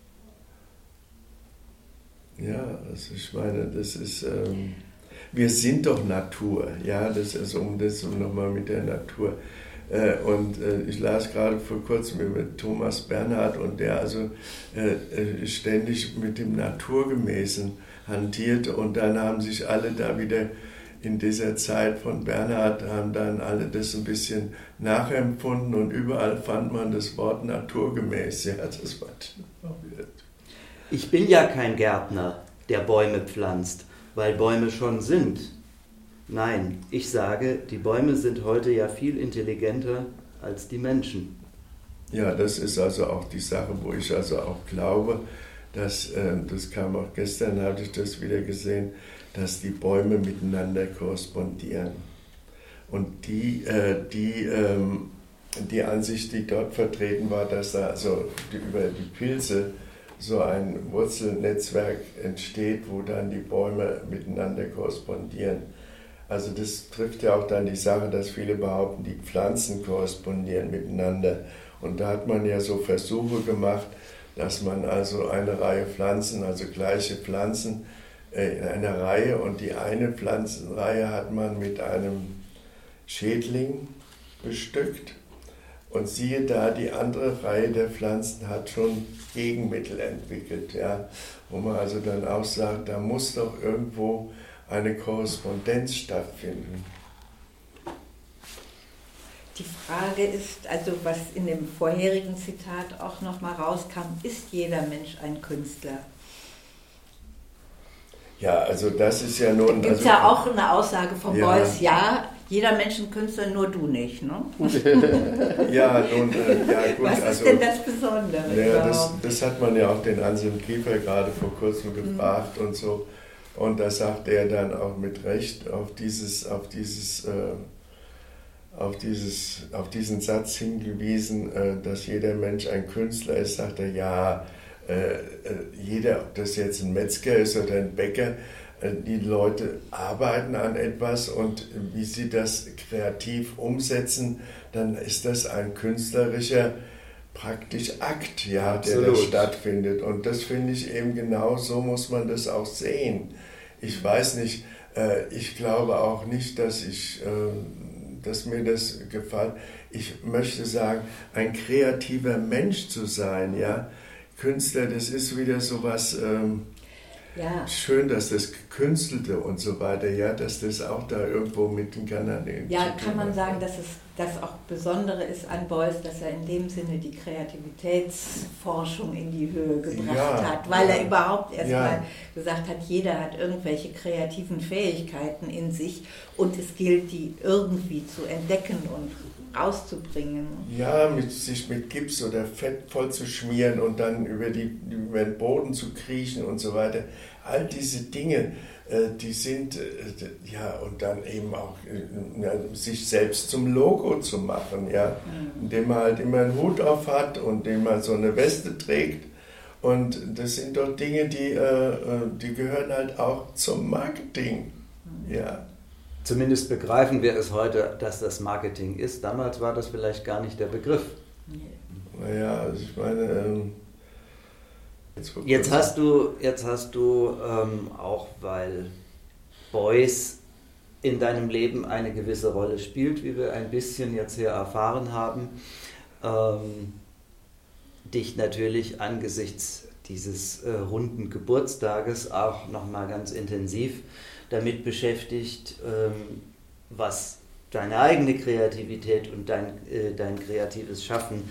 Ja, also ich meine, das ist, wir sind doch Natur, ja, das ist nochmal mit der Natur. Und ich las gerade vor kurzem mit Thomas Bernhard und der also ständig mit dem Naturgemäßen hantierte und dann haben sich alle da wieder in dieser Zeit von Bernhard, haben dann alle das ein bisschen nachempfunden und überall fand man das Wort naturgemäß. Ja, das war
Ich bin ja kein Gärtner, der Bäume pflanzt, weil Bäume schon sind. Nein, ich sage, die Bäume sind heute ja viel intelligenter als die Menschen.
Ja, das ist also auch die Sache, wo ich also auch glaube, dass, das kam auch gestern, hatte ich das wieder gesehen, dass die Bäume miteinander korrespondieren. Und die Ansicht, die dort vertreten war, dass da also über die Pilze so ein Wurzelnetzwerk entsteht, wo dann die Bäume miteinander korrespondieren. Also das trifft ja auch dann die Sache, dass viele behaupten, die Pflanzen korrespondieren miteinander. Und da hat man ja so Versuche gemacht, dass man also eine Reihe Pflanzen, also gleiche Pflanzen in einer Reihe und die eine Pflanzenreihe hat man mit einem Schädling bestückt. Und siehe da, die andere Reihe der Pflanzen hat schon Gegenmittel entwickelt, ja, wo man also dann auch sagt, da muss doch irgendwo eine Korrespondenz stattfinden.
Die Frage ist, also was in dem vorherigen Zitat auch nochmal rauskam, ist jeder Mensch ein Künstler?
Ja, also das ist ja nun...
Da gibt es ja auch eine Aussage von Beuys, ja, jeder Mensch ein Künstler, nur du nicht, ne?
Ja, nun, ja gut.
Was ist denn das Besondere?
Ja, das hat man ja auch den Anselm Kiefer gerade vor kurzem gefragt und so. Und da sagt er dann auch mit Recht auf diesen Satz hingewiesen, dass jeder Mensch ein Künstler ist, sagt er, ja, jeder, ob das jetzt ein Metzger ist oder ein Bäcker, die Leute arbeiten an etwas und wie sie das kreativ umsetzen, dann ist das ein künstlerischer praktisch Akt, ja, der da stattfindet. Und das finde ich eben genau so muss man das auch sehen. Ich weiß nicht, ich glaube auch nicht, dass mir das gefällt. Ich möchte sagen, ein kreativer Mensch zu sein, ja, Künstler, das ist wieder so was schön, dass das Gekünstelte und so weiter, ja, dass das auch da irgendwo mitten kann.
Ja, kann man sagen, dass es das auch Besondere ist an Beuys, dass er in dem Sinne die Kreativitätsforschung in die Höhe gebracht hat, weil er überhaupt erstmal gesagt hat, jeder hat irgendwelche kreativen Fähigkeiten in sich und es gilt, die irgendwie zu entdecken und rauszubringen.
Ja, sich mit Gips oder Fett voll zu schmieren und dann über den Boden zu kriechen und so weiter. All diese Dinge, die sind, und dann eben auch sich selbst zum Logo zu machen, ja, indem man halt immer einen Hut auf hat und indem man so eine Weste trägt. Und das sind doch Dinge, die gehören halt auch zum Marketing, ja.
zumindest begreifen wir es heute, dass das Marketing ist. Damals war das vielleicht gar nicht der Begriff.
Naja, also ich meine...
Jetzt hast du auch, weil Beuys in deinem Leben eine gewisse Rolle spielt, wie wir ein bisschen jetzt hier erfahren haben, dich natürlich angesichts dieses runden Geburtstages auch nochmal ganz intensiv damit beschäftigt, was deine eigene Kreativität und dein kreatives Schaffen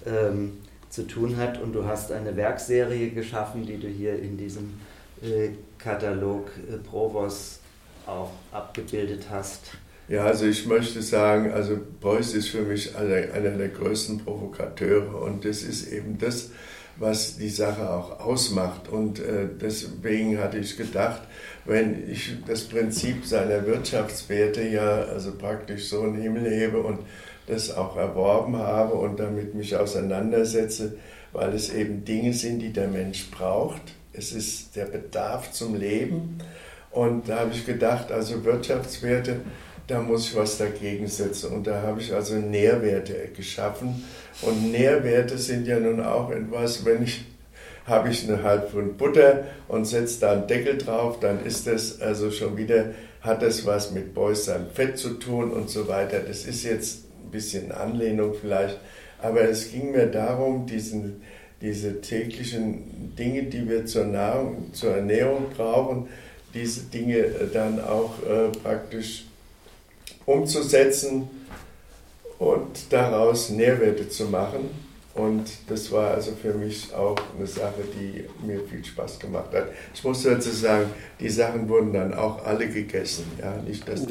zu tun hat. Und du hast eine Werkserie geschaffen, die du hier in diesem Katalog Provos auch abgebildet hast.
Ja, also ich möchte sagen, also Beuys ist für mich einer der größten Provokateure und das ist eben das, was die Sache auch ausmacht. Und deswegen hatte ich gedacht, wenn ich das Prinzip seiner Wirtschaftswerte ja also praktisch so in den Himmel hebe und das auch erworben habe und damit mich auseinandersetze, weil es eben Dinge sind, die der Mensch braucht. Es ist der Bedarf zum Leben. Und da habe ich gedacht, also Wirtschaftswerte, da muss ich was dagegen setzen. Und da habe ich also Nährwerte geschaffen. Und Nährwerte sind ja nun auch etwas, habe ich eine halbe Pfund Butter und setze da einen Deckel drauf, dann ist das also schon wieder, hat das was mit Beuys seinem Fett zu tun und so weiter. Das ist jetzt ein bisschen Anlehnung vielleicht, aber es ging mir darum, diese täglichen Dinge, die wir zur Ernährung brauchen, diese Dinge dann auch praktisch umzusetzen und daraus Nährwerte zu machen. Und das war also für mich auch eine Sache, die mir viel Spaß gemacht hat. Ich muss dazu sagen, die Sachen wurden dann auch alle gegessen. Ja, nicht das.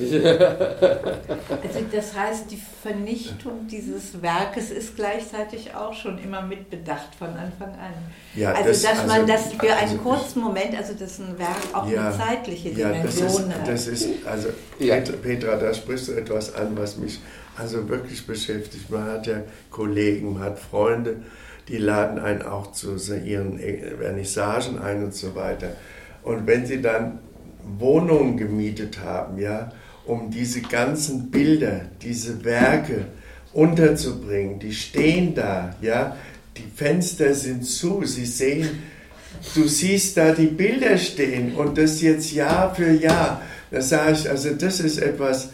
Also das heißt, die Vernichtung dieses Werkes ist gleichzeitig auch schon immer mitbedacht von Anfang an.
Ja,
dass man das für einen kurzen Moment, also dass ein Werk auch eine zeitliche Dimension hat.
Das ist, also Petra, da sprichst du etwas an, was mich also wirklich beschäftigt. Man hat ja Kollegen, man hat Freunde, die laden einen auch zu ihren Vernissagen ein und so weiter. Und wenn sie dann Wohnungen gemietet haben, ja, um diese ganzen Bilder, diese Werke unterzubringen, die stehen da, ja, die Fenster sind zu, du siehst da die Bilder stehen und das jetzt Jahr für Jahr. Da sage ich, also das ist etwas,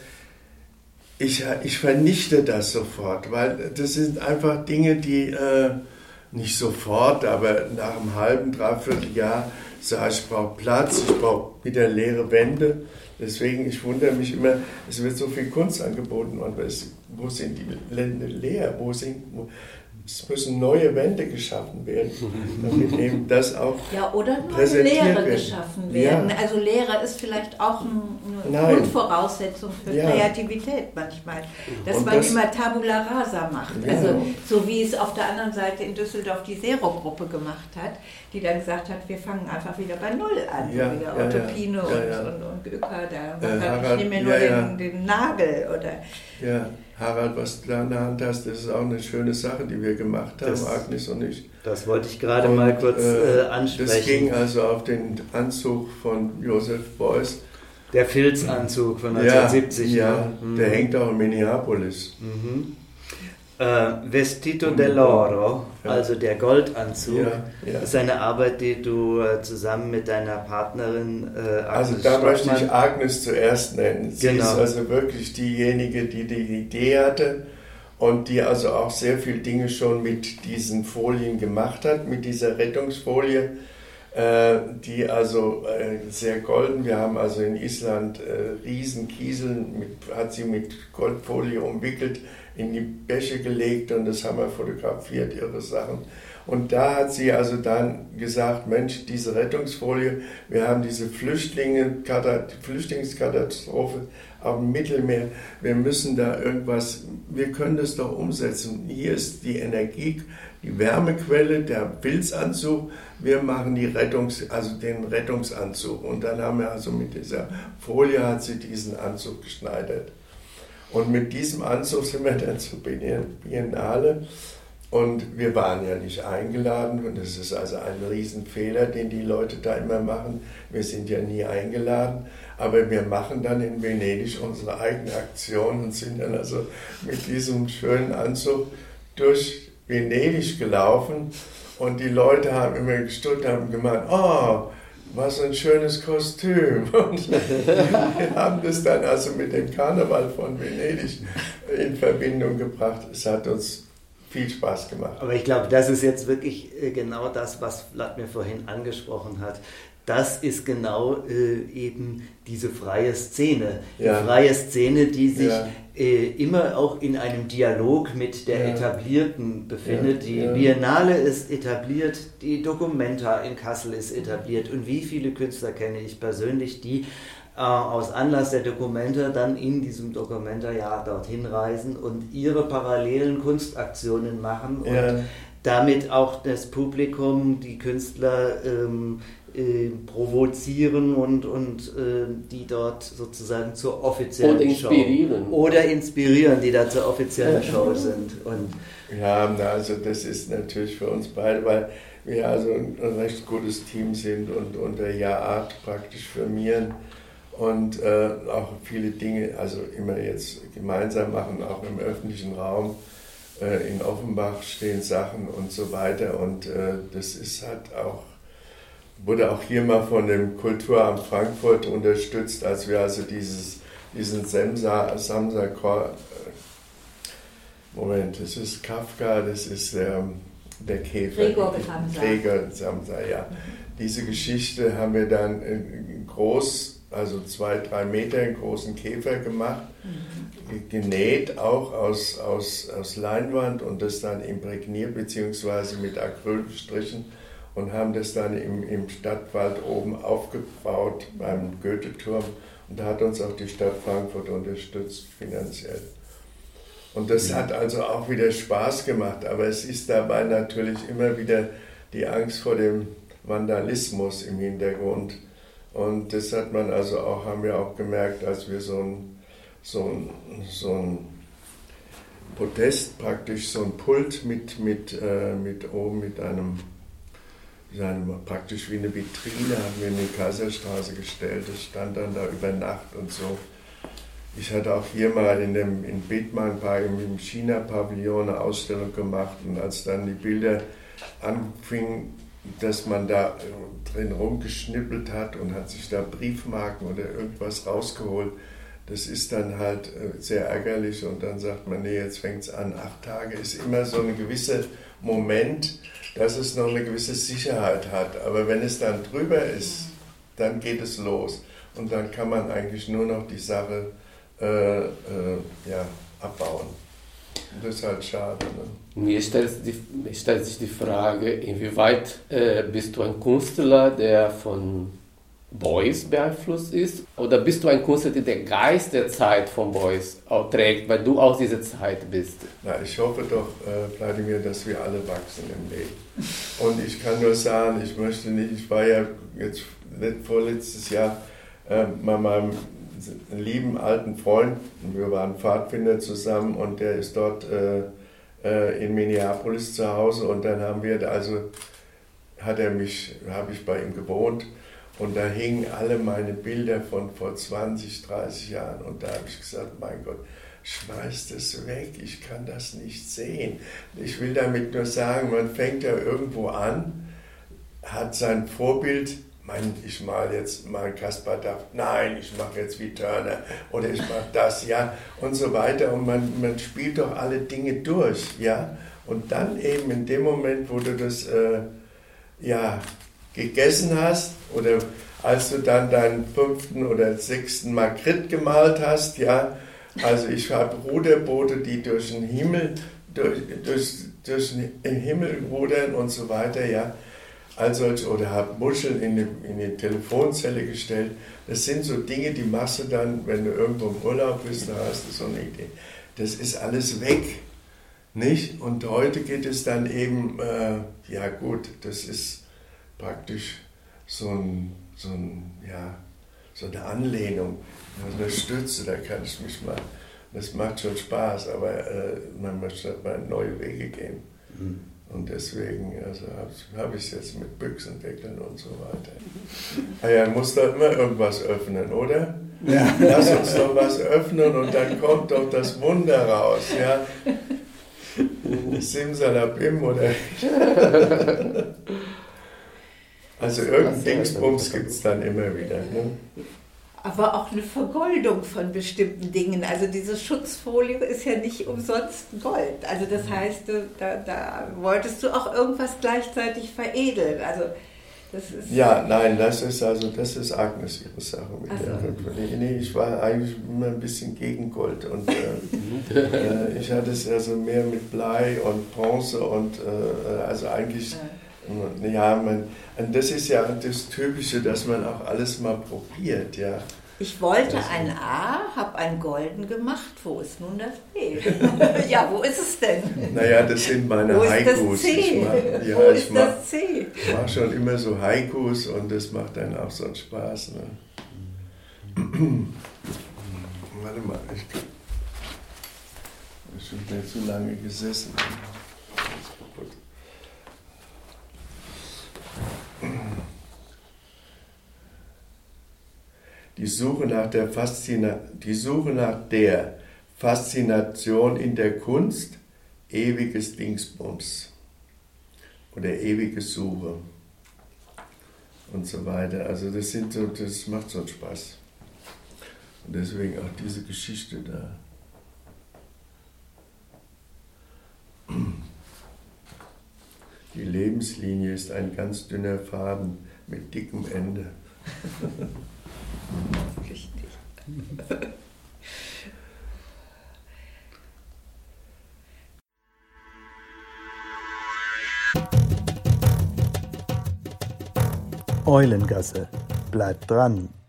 ich vernichte das sofort, weil das sind einfach Dinge, die nicht sofort, aber nach einem halben, dreiviertel Jahr sage ich brauche Platz, ich brauche wieder leere Wände. Deswegen, ich wundere mich immer, es wird so viel Kunst angeboten, aber wo sind die Wände leer? Es müssen neue Wände geschaffen werden, damit eben das auch
oder
neue
Leere geschaffen werden. Ja. Also Leere ist vielleicht auch eine Grundvoraussetzung für Kreativität manchmal. Dass man immer Tabula Rasa macht. Ja. Also so wie es auf der anderen Seite in Düsseldorf die Zero-Gruppe gemacht hat, die dann gesagt hat, wir fangen einfach wieder bei Null an. Wieder Otto Pino und Göker. Ich nehme nur den Nagel. Oder
ja. Harald, was du da in der Hand hast, das ist auch eine schöne Sache, die wir gemacht haben, Agnes und ich.
Das wollte ich gerade mal kurz ansprechen.
Das ging also auf den Anzug von Joseph Beuys.
Der Filzanzug von 1970.
Ja, der hängt auch in Minneapolis.
Mhm. Vestito dell'Oro, also der Goldanzug, ist eine Arbeit, die du zusammen mit deiner Partnerin Agnes
Also da möchte ich Agnes zuerst nennen. Sie ist also wirklich diejenige, die die Idee hatte und die also auch sehr viele Dinge schon mit diesen Folien gemacht hat, mit dieser Rettungsfolie, die also sehr golden, wir haben also in Island Riesenkieseln, hat sie mit Goldfolie umwickelt, in die Bäche gelegt und das haben wir fotografiert, ihre Sachen. Und da hat sie also dann gesagt, Mensch, diese Rettungsfolie, wir haben diese Flüchtlingskatastrophe auf dem Mittelmeer, wir müssen da irgendwas, wir können das doch umsetzen. Hier ist die Energie, die Wärmequelle, der Filzanzug, wir machen den Rettungsanzug. Und dann haben wir also mit dieser Folie hat sie diesen Anzug geschneidert. Und mit diesem Anzug sind wir dann zur Biennale Und wir waren ja nicht eingeladen und das ist also ein Riesenfehler, den die Leute da immer machen. Wir sind ja nie eingeladen, aber wir machen dann in Venedig unsere eigene Aktion und sind dann also mit diesem schönen Anzug durch Venedig gelaufen und die Leute haben immer gestutzt, haben gemeint, oh, was ein schönes Kostüm. Und wir haben das dann also mit dem Karneval von Venedig in Verbindung gebracht. Es hat uns viel Spaß gemacht.
Aber ich glaube, das ist jetzt wirklich genau das, was Vladimir vorhin angesprochen hat. Das ist genau eben diese freie Szene.
Ja.
Die freie Szene, die sich immer auch in einem Dialog mit der Etablierten befindet. Die Biennale ist etabliert, die Documenta in Kassel ist etabliert. Und wie viele Künstler kenne ich persönlich, die aus Anlass der Documenta dann in diesem Documenta-Jahr dorthin reisen und ihre parallelen Kunstaktionen machen und damit auch das Publikum, die Künstler provozieren und die dort sozusagen zur offiziellen Show oder inspirieren, die da zur offiziellen Show sind. Und
ja, also das ist natürlich für uns beide, weil wir also ein recht gutes Team sind und unter Jahrart praktisch firmieren und auch viele Dinge, also immer jetzt gemeinsam machen, auch im öffentlichen Raum. In Offenbach stehen Sachen und so weiter und das ist halt auch, wurde auch hier mal von dem Kulturamt Frankfurt unterstützt, als wir also diesen Samsa-Chor, Moment, das ist Kafka, das ist der Käfer. Gregor Samsa, ja. Diese Geschichte haben wir dann groß, also 2-3 Meter einen großen Käfer gemacht, genäht auch aus Leinwand und das dann imprägniert bzw. mit Acrylstrichen und haben das dann im Stadtwald oben aufgebaut beim Goethe-Turm und da hat uns auch die Stadt Frankfurt unterstützt finanziell. Und das hat also auch wieder Spaß gemacht, aber es ist dabei natürlich immer wieder die Angst vor dem Vandalismus im Hintergrund. Und das hat man also auch, haben wir auch gemerkt, als wir so ein Podest, praktisch so ein Pult mit oben mit einem praktisch wie eine Vitrine haben wir in die Kaiserstraße gestellt. Das stand dann da über Nacht und so. Ich hatte auch hier mal in Bethmann im China-Pavillon eine Ausstellung gemacht und als dann die Bilder anfingen, dass man da drin rumgeschnippelt hat und hat sich da Briefmarken oder irgendwas rausgeholt, das ist dann halt sehr ärgerlich und dann sagt man, nee, jetzt fängt es an. 8 Tage ist immer so ein gewisser Moment, dass es noch eine gewisse Sicherheit hat. Aber wenn es dann drüber ist, dann geht es los. Und dann kann man eigentlich nur noch die Sache abbauen. Und das ist halt schade. Ne?
Mir stellt sich die Frage, inwieweit bist du ein Künstler, der von Beuys beeinflusst ist? Oder bist du ein Künstler, der den Geist der Zeit von Beuys auch trägt, weil du aus dieser Zeit bist?
Na, ich hoffe doch, Vladimir, dass wir alle wachsen im Leben. Und ich kann nur sagen, ich war ja jetzt vorletztes Jahr bei meinem lieben alten Freund, wir waren Pfadfinder zusammen und der ist dort in Minneapolis zu Hause und dann habe ich bei ihm gewohnt und da hingen alle meine Bilder von vor 20, 30 Jahren und da habe ich gesagt, mein Gott, schmeiß das weg, ich kann das nicht sehen. Ich will damit nur sagen, man fängt ja irgendwo an, hat sein Vorbild, ich male jetzt mal Caspar David, nein, ich mache jetzt wie Turner oder ich mache das, ja, und so weiter. Und man spielt doch alle Dinge durch, ja. Und dann eben in dem Moment, wo du das, gegessen hast oder als du dann deinen 5. oder 6. Magritte gemalt hast, ja. Also ich habe Ruderboote, die durch den Himmel, durch den Himmel rudern und so weiter, ja. Oder habe Muscheln in die Telefonzelle gestellt. Das sind so Dinge, die machst du dann, wenn du irgendwo im Urlaub bist, da hast du so eine Idee. Das ist alles weg, nicht? Und heute geht es dann eben, das ist praktisch so eine Anlehnung, eine Stütze, da kann ich mich mal, das macht schon Spaß, aber man möchte mal neue Wege gehen. Und deswegen habe ich es jetzt mit Büchsendeckeln und so weiter. Ja, muss da immer irgendwas öffnen, oder? Ja. Lass uns doch was öffnen und dann kommt doch das Wunder raus. Ja? Simsalabim oder... Also irgendein Dingsbums gibt es dann immer wieder. Ne?
Aber auch eine Vergoldung von bestimmten Dingen. Also diese Schutzfolie ist ja nicht umsonst Gold. Also das heißt, da wolltest du auch irgendwas gleichzeitig veredeln. Also das ist
das ist Agnes ihre Sache. Nee, ich war eigentlich immer ein bisschen gegen Gold. Und ich hatte es also mehr mit Blei und Bronze und also eigentlich... Ja, und das ist ja das Typische, dass man auch alles mal probiert, ja.
Ich wollte ein A, habe ein Golden gemacht. Wo ist nun das B? Ja, wo ist es denn?
Naja, das sind meine Haikus.
Wo ist das C?
Ich mache schon immer so Haikus und das macht dann auch so einen Spaß. Ne? Warte mal, ich habe schon wieder zu lange gesessen. Die Suche nach der Faszination in der Kunst, ewiges Dingsbums oder ewige Suche und so weiter. Also das macht so einen Spaß. Und deswegen auch diese Geschichte da. Die Lebenslinie ist ein ganz dünner Faden mit dickem Ende.
Richtig.
Eulengasse. Bleibt dran.